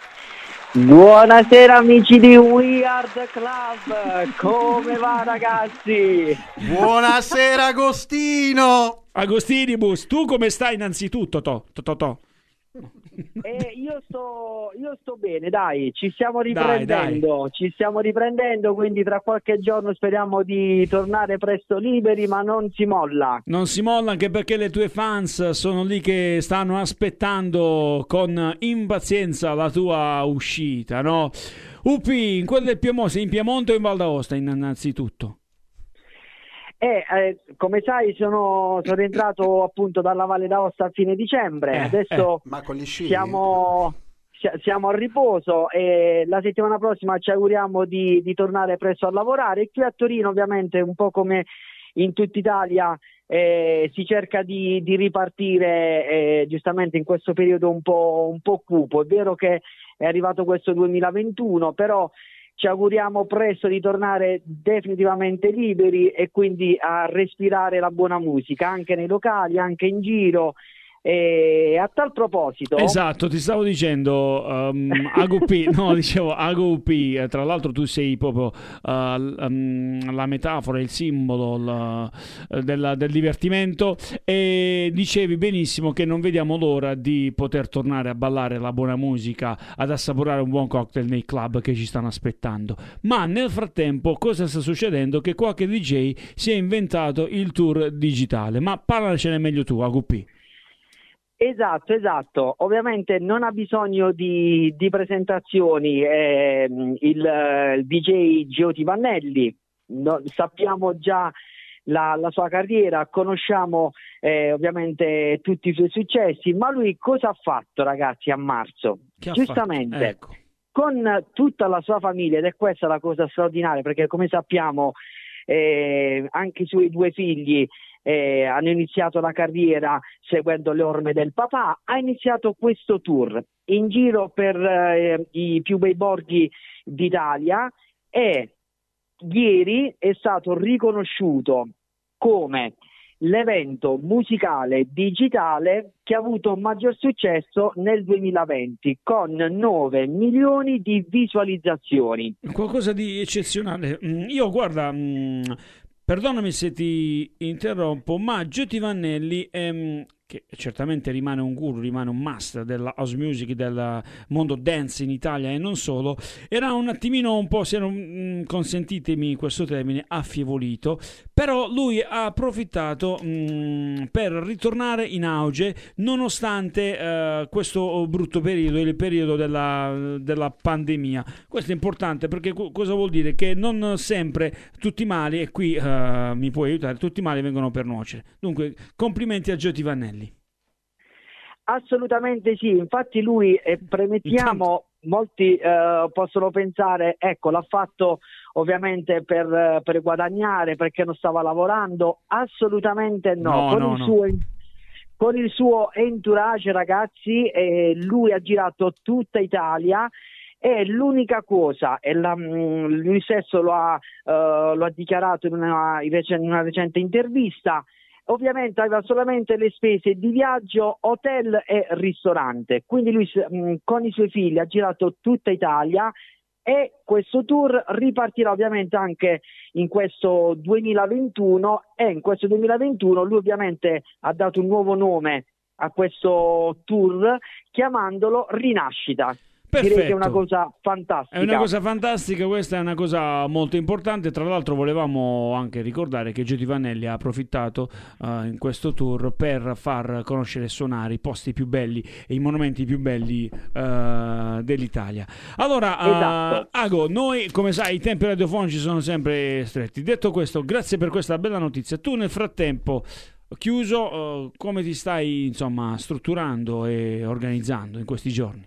Buonasera amici di We Are The Club, come va ragazzi? Buonasera Agostino. Agostinibus, tu come stai innanzitutto? To, to, to, to. Eh, io sto io sto bene, dai, ci stiamo riprendendo, dai, dai. ci stiamo riprendendo, quindi tra qualche giorno speriamo di tornare presto liberi, ma non si molla. Non si molla, anche perché le tue fans sono lì che stanno aspettando con impazienza la tua uscita, no? U P, in quel del Piemonte, in Piemonte o in Val d'Aosta innanzitutto? Eh, eh, come sai sono, sono rientrato appunto dalla Valle d'Aosta a fine dicembre, Eh, adesso eh. Ma con gli sci? siamo, si- siamo a riposo e la settimana prossima ci auguriamo di, di tornare presto a lavorare. E qui a Torino ovviamente, un po' come in tutta Italia, eh, si cerca di, di ripartire eh, giustamente in questo periodo un po', un po' cupo. È vero che è arrivato questo duemilaventuno, però ci auguriamo presto di tornare definitivamente liberi e quindi a respirare la buona musica anche nei locali, anche in giro. E a tal proposito, esatto, ti stavo dicendo um, Ago U P, no, dicevo Ago U P, eh, tra l'altro tu sei proprio uh, um, la metafora, il simbolo la, della, del divertimento, e dicevi benissimo che non vediamo l'ora di poter tornare a ballare la buona musica, ad assaporare un buon cocktail nei club che ci stanno aspettando. Ma nel frattempo cosa sta succedendo? Che qualche D J si è inventato il tour digitale, ma parlacene meglio tu, Ago U P. Esatto, esatto. Ovviamente non ha bisogno di, di presentazioni. Eh, il, il D J Gioti Vannelli, no, sappiamo già la, la sua carriera, conosciamo eh, ovviamente tutti i suoi successi, ma lui cosa ha fatto, ragazzi, a marzo? Che ha Giustamente, fatto? Ecco. Con tutta la sua famiglia, ed è questa la cosa straordinaria, perché come sappiamo eh, anche i suoi due figli eh, hanno iniziato la carriera seguendo le orme del papà, ha iniziato questo tour in giro per eh, i più bei borghi d'Italia e ieri è stato riconosciuto come l'evento musicale digitale che ha avuto maggior successo nel duemilaventi, con nove milioni di visualizzazioni. Qualcosa di eccezionale. Mm, Io guarda, mm, perdonami se ti interrompo, ma Giotti Vannelli ehm, che certamente rimane un guru, rimane un master della house music, del mondo dance in Italia e non solo, era un attimino un po', se non consentitemi questo termine, affievolito, però lui ha approfittato mh, per ritornare in auge nonostante eh, questo brutto periodo, il periodo della, della pandemia. Questo è importante perché co- cosa vuol dire? Che non sempre tutti i mali, e qui eh, mi puoi aiutare, tutti i mali vengono per nuocere. Dunque, complimenti a Giotti Vannelli. Assolutamente sì, infatti lui, eh, premettiamo, Intanto... molti eh, possono pensare, ecco, l'ha fatto ovviamente per, per guadagnare, perché non stava lavorando. Assolutamente no, no con, no, il no. Suo, con il suo entourage, ragazzi, eh, lui ha girato tutta Italia. E l'unica cosa, e la, lui stesso lo ha, uh, lo ha dichiarato in una, in una recente intervista, ovviamente aveva solamente le spese di viaggio, hotel e ristorante, quindi lui mh, con i suoi figli ha girato tutta Italia e questo tour ripartirà ovviamente anche in questo duemilaventuno, e in questo duemilaventuno lui ovviamente ha dato un nuovo nome a questo tour chiamandolo Rinascita. Perfetto. Direi che è una cosa fantastica. È una cosa fantastica, questa è una cosa molto importante. Tra l'altro volevamo anche ricordare che Giotti Vannelli ha approfittato uh, in questo tour per far conoscere e suonare i posti più belli e i monumenti più belli uh, dell'Italia. Allora, uh, esatto. Ago, noi come sai i tempi radiofonici sono sempre stretti. Detto questo, grazie per questa bella notizia. Tu nel frattempo, chiuso, uh, come ti stai insomma strutturando e organizzando in questi giorni?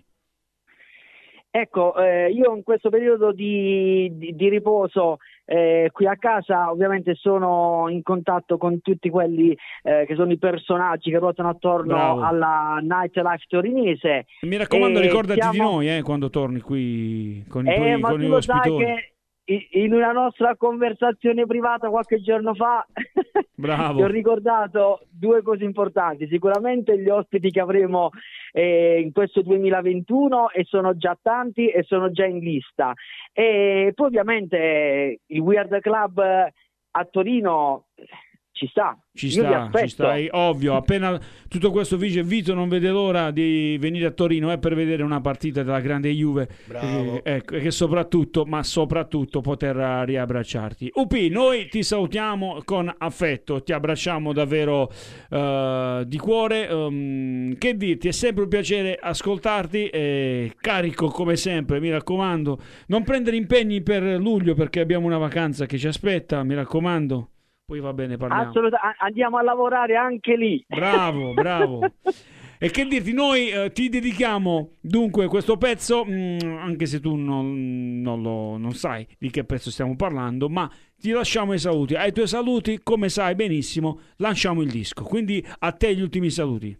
Ecco, eh, io in questo periodo di, di, di riposo eh, qui a casa ovviamente sono in contatto con tutti quelli eh, che sono i personaggi che ruotano attorno Bravo. alla nightlife torinese. Mi raccomando, e ricordati siamo... di noi eh, quando torni qui con i eh, tuoi ma con tu gli lo sai ospitoni. che in una nostra conversazione privata qualche giorno fa Bravo. ti ho ricordato due cose importanti, sicuramente gli ospiti che avremo eh, in questo duemilaventuno, e sono già tanti e sono già in lista, e poi ovviamente il Weird Club a Torino ci sta. Ci Io vi sta, aspetto. ci sta, è ovvio. Appena tutto questo finisce, Vito non vede l'ora di venire a Torino eh, per vedere una partita della grande Juve. Bravo. Eh, ecco, e che soprattutto, ma soprattutto poter riabbracciarti. U P, noi ti salutiamo con affetto, ti abbracciamo davvero eh, di cuore. Um, che dirti, è sempre un piacere ascoltarti. Eh, carico come sempre, mi raccomando. Non prendere impegni per luglio perché abbiamo una vacanza che ci aspetta, mi raccomando. Poi va bene, parliamo. Assolutamente, andiamo a lavorare anche lì. Bravo, bravo. E che dirti, noi eh, ti dedichiamo dunque questo pezzo, mh, anche se tu non, non, lo, non sai di che pezzo stiamo parlando, ma ti lasciamo i saluti. Ai tuoi saluti, come sai benissimo, lanciamo il disco. Quindi a te gli ultimi saluti.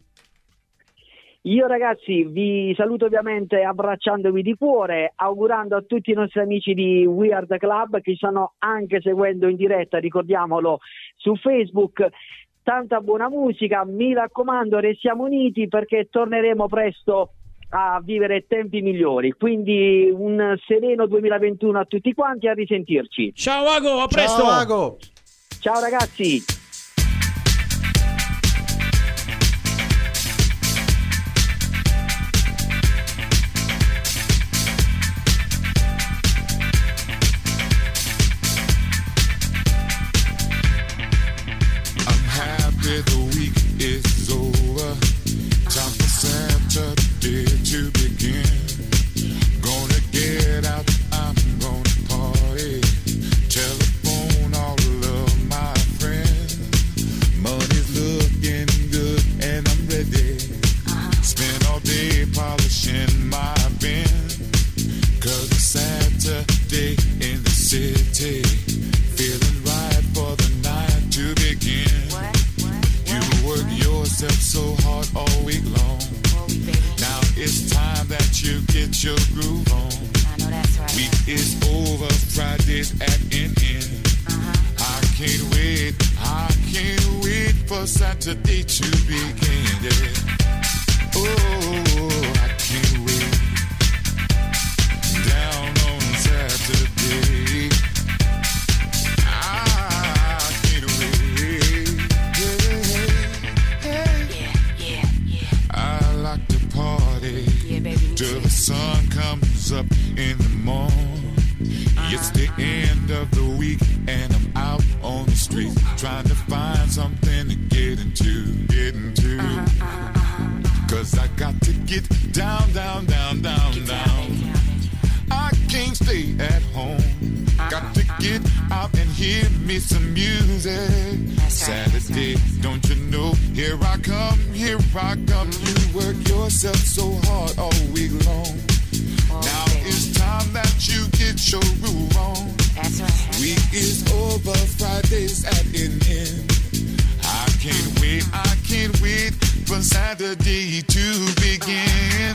Io ragazzi vi saluto ovviamente abbracciandovi di cuore, augurando a tutti i nostri amici di Weird Club che ci stanno anche seguendo in diretta, ricordiamolo, su Facebook, tanta buona musica, mi raccomando restiamo uniti perché torneremo presto a vivere tempi migliori, quindi un sereno duemilaventuno a tutti quanti, a risentirci. Ciao Ago, a presto! Ciao Ago! Ciao ragazzi! The week is over. Time for Saturday to begin. Gonna get out, I'm gonna party. Telephone all of my friends. Money's looking good and I'm ready. Spend all day polishing my bin. Cause it's Saturday in the city. Feeling right for the night to begin. What? for Saturday to begin. Yeah. Oh, I can't wait. Down on Saturday, I can't wait. Yeah, yeah, yeah, yeah. I like to party, yeah, baby, till the sun comes up in the morning. Uh-huh. It's the end of the week and I'm out on the street trying to find something to get into, get into. Uh-huh, uh-huh, uh-huh. Cause I got to get down, down, down, down, get down. down, down. I can't stay at home. Uh-huh, got to get uh-huh. out and hear me some music. That's Saturday, right, don't you know? Here I come, here I come. You work yourself so hard all week long. Oh, now baby. It's time that you get your groove on. That's right. Week is over, Friday's at an end. I can't wait, I can't wait for Saturday to begin.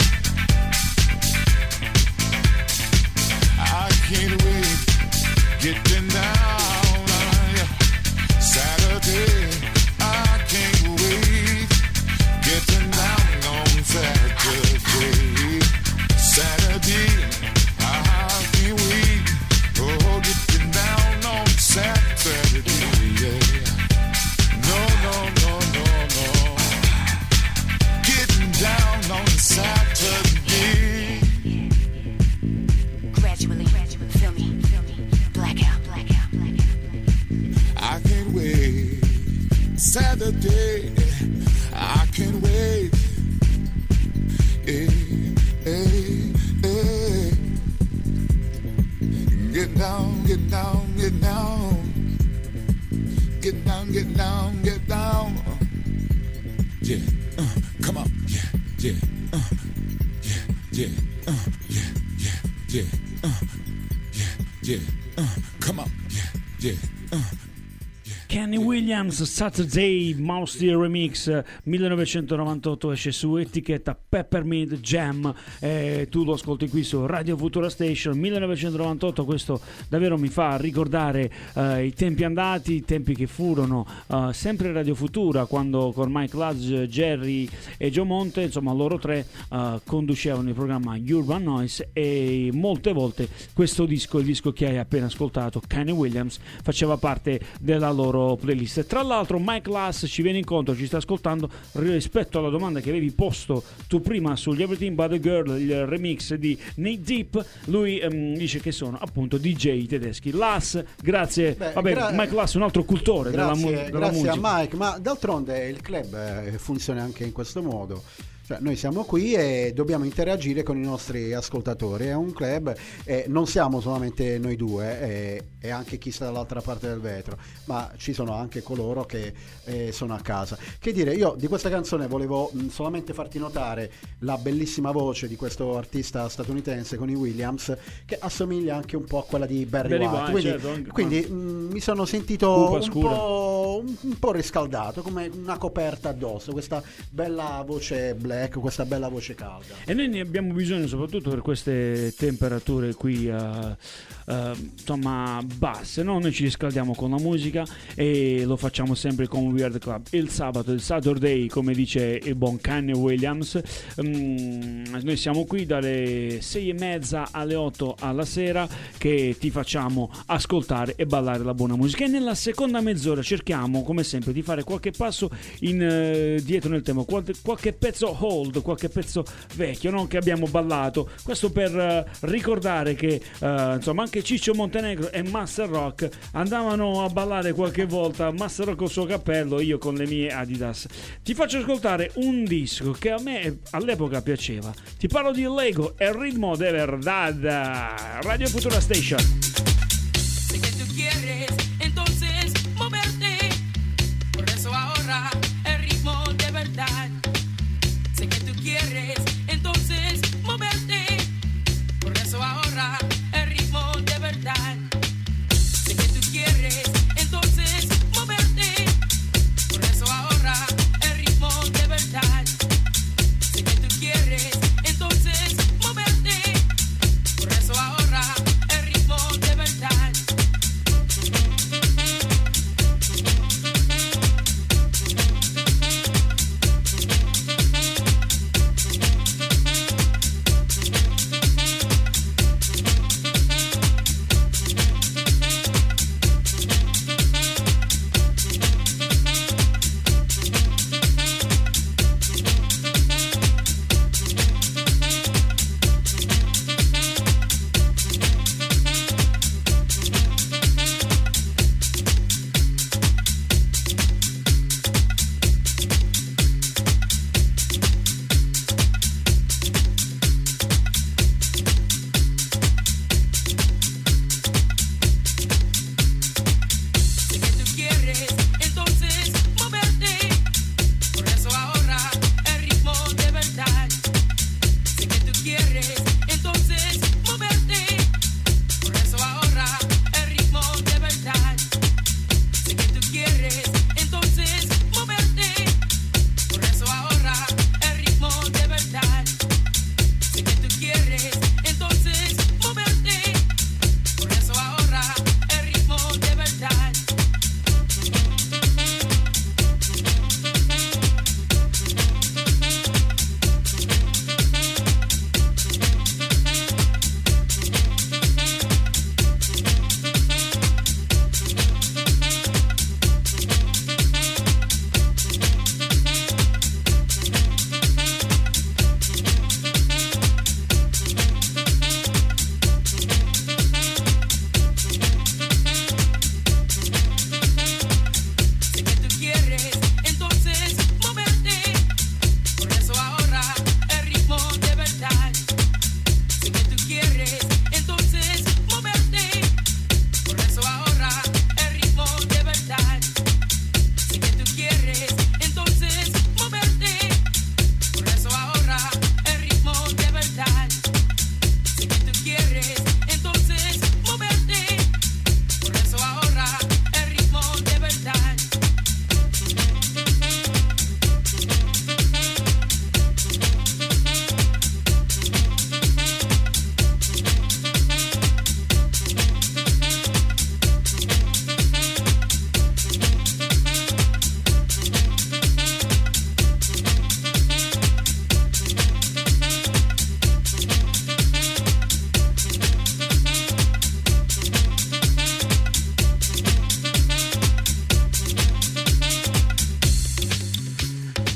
I can't wait, getting down on Saturday. I can't wait, getting down on Saturday. Saturday, I can't wait, oh, getting down on Saturday, yeah. No, no, no, no, no, getting down on Saturday. Gradually, gradually, feel me, feel me, blackout, blackout, blackout. I can't wait, Saturday, I can't wait, hey, hey, hey. Get down, get down, get down, get down, get down, get down. Yeah, uh, come on, yeah, yeah, uh, yeah, yeah, uh, yeah, yeah, yeah, uh, yeah, yeah, uh, come on, yeah, yeah, uh. Kenny Williams, Saturday, Mousty Remix, millenovecentonovantotto, esce su etichetta Peppermint Jam, eh, tu lo ascolti qui su Radio Futura Station. Millenovecentonovantotto, questo davvero mi fa ricordare eh, i tempi andati, i tempi che furono eh, sempre Radio Futura, quando con Mike Lodge, Jerry e Joe Monte, insomma loro tre eh, conducevano il programma Urban Noise, e molte volte questo disco, il disco che hai appena ascoltato, Kenny Williams, faceva parte della loro playlist. Tra l'altro Mike Lass ci viene incontro, ci sta ascoltando rispetto alla domanda che avevi posto tu prima sugli Everything But The Girl, il remix di Nate Deep. Lui um, dice che sono appunto D J tedeschi. Lass, grazie. Beh, vabbè, gra- Mike Lass, un altro cultore grazie, della, della grazie musica. Grazie a Mike, ma d'altronde il club eh, funziona anche in questo modo. Cioè, noi siamo qui e dobbiamo interagire con i nostri ascoltatori. È un club e non siamo solamente noi due e, e anche chi sta dall'altra parte del vetro, ma ci sono anche coloro che eh, sono a casa. Che dire, io di questa canzone volevo mh, solamente farti notare la bellissima voce di questo artista statunitense con i Williams, che assomiglia anche un po' a quella di Barry, Barry White. White, Quindi, certo, quindi mh, mi sono sentito un po', un, un po' riscaldato, come una coperta addosso, questa bella voce black, questa bella voce calda. E noi ne abbiamo bisogno soprattutto per queste temperature qui uh, uh, insomma basse, no? Noi ci riscaldiamo con la musica e lo facciamo sempre con We Are The Club il sabato, il Saturday, come dice il buon Kenny Williams. um, noi siamo qui dalle sei e mezza alle otto alla sera, che ti facciamo ascoltare e ballare la buona musica, e nella seconda mezz'ora cerchiamo come sempre di fare qualche passo in, uh, dietro nel tema, qualche, qualche pezzo old, qualche pezzo vecchio, no? Che abbiamo ballato, questo per uh, ricordare che uh, insomma anche Ciccio Montenegro e Master Rock andavano a ballare qualche volta, Master Rock con il suo cappello, io con le mie Adidas. Ti faccio ascoltare un disco che a me all'epoca piaceva, ti parlo di Lego e Ritmo de Verdad, Radio Futura Station. Sé que tú quieres entonces moverte, por eso ahora el ritmo de verdad. Sé que tú quieres entonces moverte, por eso ahora el ritmo de verdad. Sé que tú quieres entonces moverte, por eso ahora el ritmo de verdad. Sé que tú quieres entonces moverte, por eso ahora el ritmo de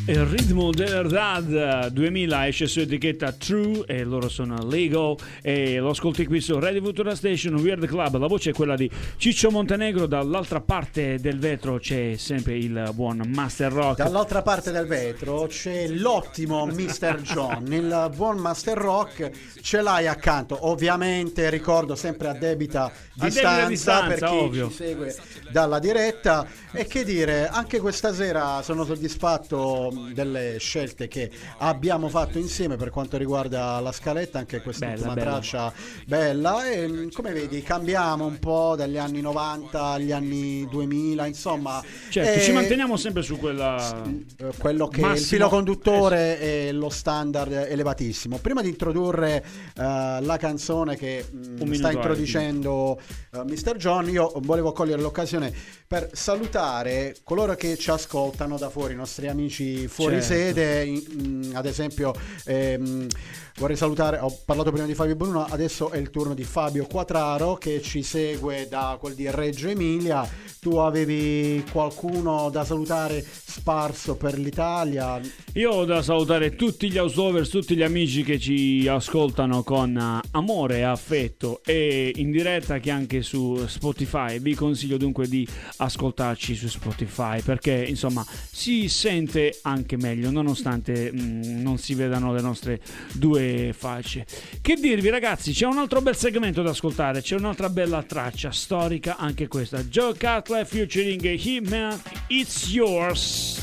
Il ritmo dell'Erdad duemila esce su etichetta True e loro sono Lego e lo ascolti qui su Radio Futura Station Weird Club. La voce è quella di Ciccio Montenegro, dall'altra parte del vetro c'è sempre il buon Master Rock. Dall'altra parte del vetro c'è l'ottimo mister John, il buon Master Rock ce l'hai accanto, ovviamente ricordo sempre a debita distanza, a debita distanza per chi ovvio. ci segue dalla diretta. E che dire, anche questa sera sono soddisfatto delle scelte che abbiamo fatto insieme per quanto riguarda la scaletta, anche quest'ultima Bella, bella. traccia bella e come vedi cambiamo un po' dagli anni novanta agli anni duemila, insomma Certo, eh, ci manteniamo sempre su quella eh, quello che è il massimo- filo conduttore e lo standard elevatissimo. Prima di introdurre eh, la canzone che mh, Un minuto, sta eh. introducendo eh, mister John, io volevo cogliere l'occasione per salutare coloro che ci ascoltano da fuori, i nostri amici fuori Certo. sede, in- mh, ad esempio ehm, vorrei salutare, ho parlato prima di Fabio Bruno, adesso è il turno di Fabio Quattraro che ci segue da quel di Reggio Emilia. Tu avevi qualcuno da salutare sparso per l'Italia? Io ho da salutare tutti gli house lovers, tutti gli amici che ci ascoltano con eh, amore e affetto e in diretta che anche su Spotify. Vi consiglio dunque di ascoltarci su Spotify perché insomma si sente anche meglio nonostante mh, non si vedano le nostre due facce. Che dirvi ragazzi, c'è un altro bel segmento da ascoltare, c'è un'altra bella traccia storica anche questa, Joe Cutler featuring He-Man, It's Yours.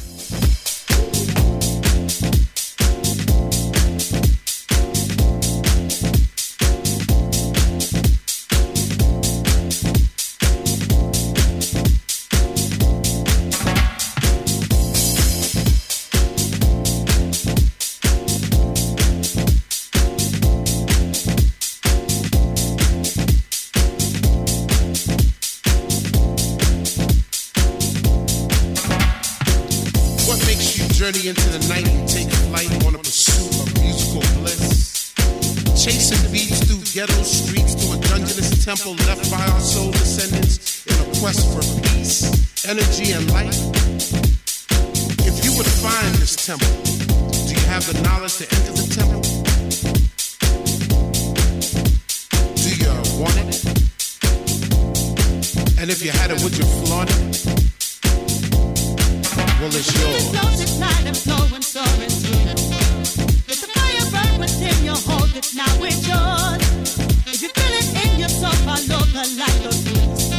Journey into the night and take flight on a pursuit of musical bliss. Chasing beats through ghetto streets to a dungeonous temple left by our soul descendants in a quest for peace, energy, and light. If you would find this temple, do you have the knowledge to enter the temple? Do you want it? And if you had it, would you flaunt it? Well, it's yours. Float this night and flow and soar into the world. Let the fire burn within you, hold it, now it's yours. If you feel it in your soul, follow the light of this.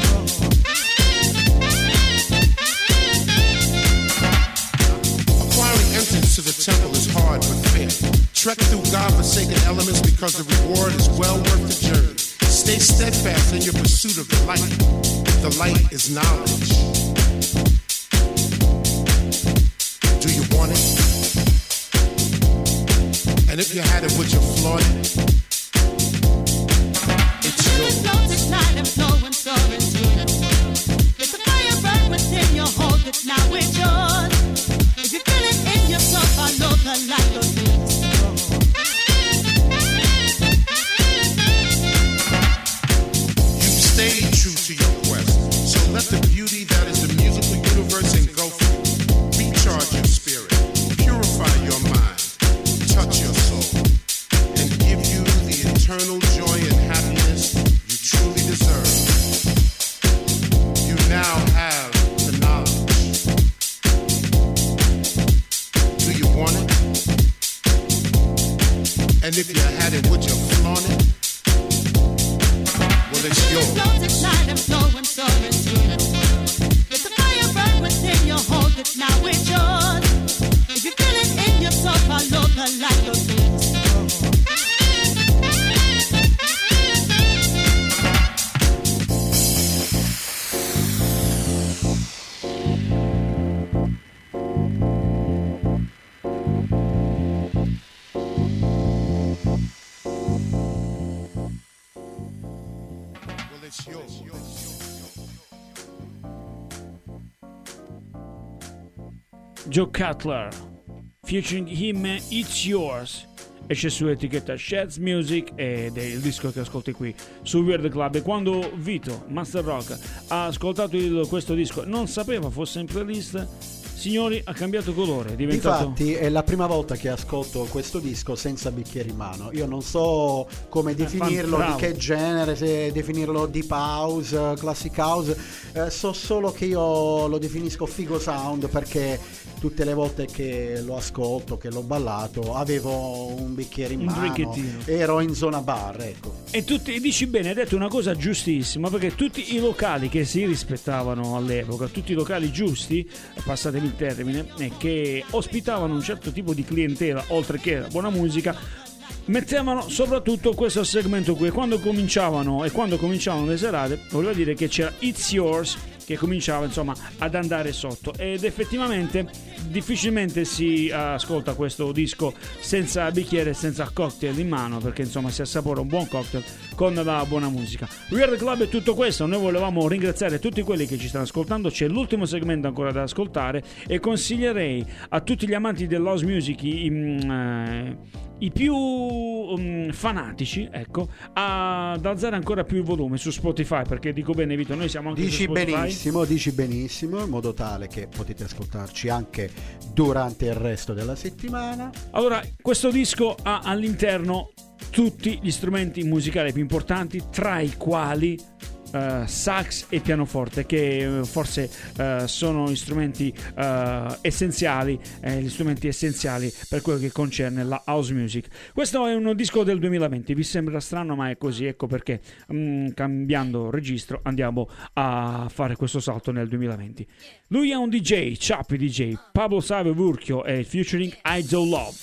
Acquiring entrance to the temple is hard but fair. Trek through God-forsaken elements because the reward is well worth the journey. Stay steadfast in your pursuit of the light. The light is knowledge. Do you want it? And if you had it, would you flaunt it? It's yours. Float this night and flow and soar into the world. Let the fire burn within you, hold it, now it's yours. If you feel it in your soul, follow the light of this. You stay true to your quest. So let the beauty that is the musical universe engulf you. Recharge your spirit, purify your mind, touch your soul, and give you the eternal joy and happiness you truly deserve. You now have the knowledge. Do you want it? And if you had it, would you flaunt it? Well, it's yours. Float this night and flow and soar into the world. Let the fire burn within you, hold it, now it's yours. If you feel it in your soul, follow the light of this. Well, it's yours. Joe Cutler featuring him, It's Yours, esce su etichetta Sheds Music ed è il disco che ascolti qui su Weird Club. E quando Vito Master Rock ha ascoltato il, questo disco non sapeva fosse in playlist, signori, ha cambiato colore, è diventato... Infatti è la prima volta che ascolto questo disco senza bicchiere in mano. Io non so come definirlo, bravo. di che genere, se definirlo deep house, classic house, eh, so solo che io lo definisco figo sound perché tutte le volte che lo ascolto, che l'ho ballato, avevo un bicchiere in Un mano, drinkettino. ero in zona bar, ecco. E tutti, dici bene, hai detto una cosa giustissima, perché tutti i locali che si rispettavano all'epoca, tutti i locali giusti, passatemi il termine, eh, che ospitavano un certo tipo di clientela, oltre che la buona musica, mettevano soprattutto questo segmento qui. E quando cominciavano e quando cominciavano le serate, voleva dire che c'era It's Yours, che cominciava insomma ad andare sotto, ed effettivamente difficilmente si ascolta questo disco senza bicchiere, senza cocktail in mano, perché insomma si assapora un buon cocktail con la buona musica. We Are The Club è tutto questo. Noi volevamo ringraziare tutti quelli che ci stanno ascoltando. C'è l'ultimo segmento ancora da ascoltare e consiglierei a tutti gli amanti dell'house music, i, i, i più um, fanatici, ecco, ad alzare ancora più il volume su Spotify, perché dico bene Vito, noi siamo anche Dici su Spotify. benissimo, dici benissimo, in modo tale che potete ascoltarci anche durante il resto della settimana. Allora, questo disco ha all'interno tutti gli strumenti musicali più importanti, tra i quali uh, sax e pianoforte, che uh, forse uh, sono gli strumenti uh, essenziali, eh, gli strumenti essenziali per quello che concerne la house music. Questo è un disco del duemilaventi, vi sembra strano ma è così, ecco perché um, cambiando registro andiamo a fare questo salto nel duemilaventi. Lui è un D J, Chappy D J, Pablo Save Vurchio e featuring I Do Love.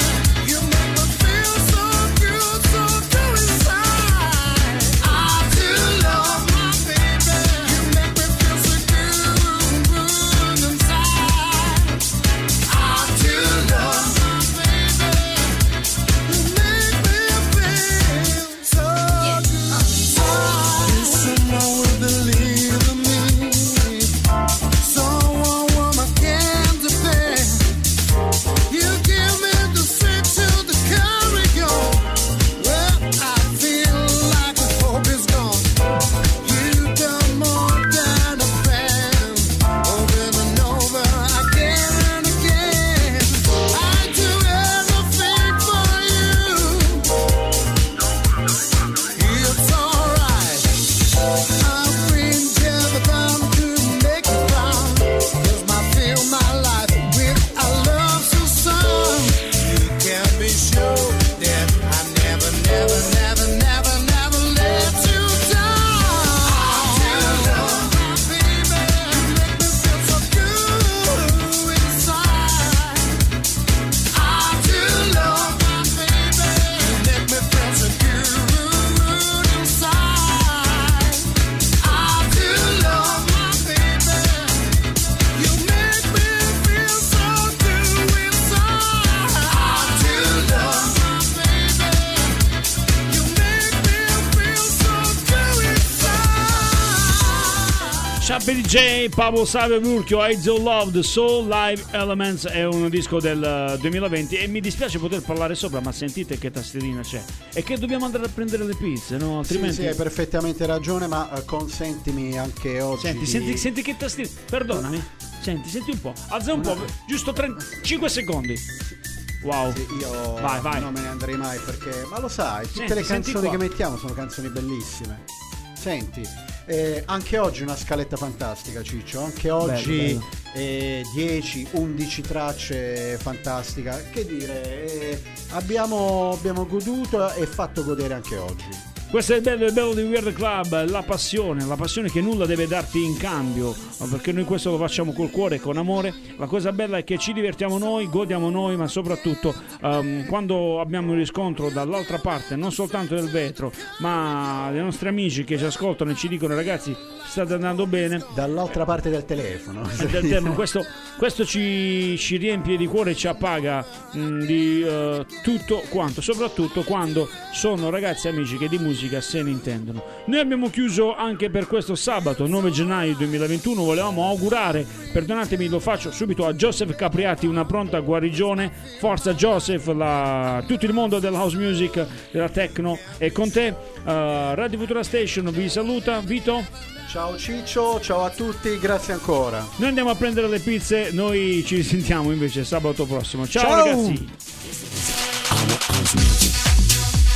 I do Happy D J, Pablo Savio Burchio, I Do Love, The Soul Live Elements, è un disco del duemilaventi e mi dispiace poter parlare sopra, ma sentite che tastierina c'è e che dobbiamo andare a prendere le pizze, no? Altrimenti... Sì, sì, hai perfettamente ragione, ma uh, consentimi anche oggi Senti, di... senti, senti che tastierina, perdonami, senti, senti un po', alza un po', giusto trentacinque secondi. Wow. Sì, io vai, vai. non me ne andrei mai perché, ma lo sai, tutte Senti, le senti canzoni qua. che mettiamo sono canzoni bellissime. Senti, eh, anche oggi una scaletta fantastica, Ciccio. Anche oggi bello. eh, dieci undici tracce fantastica. Che dire, eh, abbiamo, abbiamo goduto e fatto godere anche oggi. Questo è il bello, il bello di Weird Club, la passione, la passione che nulla deve darti in cambio, perché noi questo lo facciamo col cuore e con amore. La cosa bella è che ci divertiamo noi, godiamo noi, ma soprattutto um, quando abbiamo il riscontro dall'altra parte, non soltanto del vetro, ma dei nostri amici che ci ascoltano e ci dicono: ragazzi, state andando bene. Dall'altra parte del telefono. Del tempo. Questo, questo ci, ci riempie di cuore e ci appaga mh, di uh, tutto quanto, soprattutto quando sono ragazzi e amici che di musica se ne intendono. Noi abbiamo chiuso anche per questo sabato nove gennaio duemilaventuno. Volevamo augurare, perdonatemi, lo faccio subito, a Joseph Capriati una pronta guarigione. Forza Joseph, la, tutto il mondo della house music, della techno è con te. uh, Radio Futura Station vi saluta. Vito, ciao Ciccio, ciao a tutti, grazie ancora. noi andiamo a prendere le pizze, noi ci risentiamo invece sabato prossimo. Ciao, Ciao. ragazzi.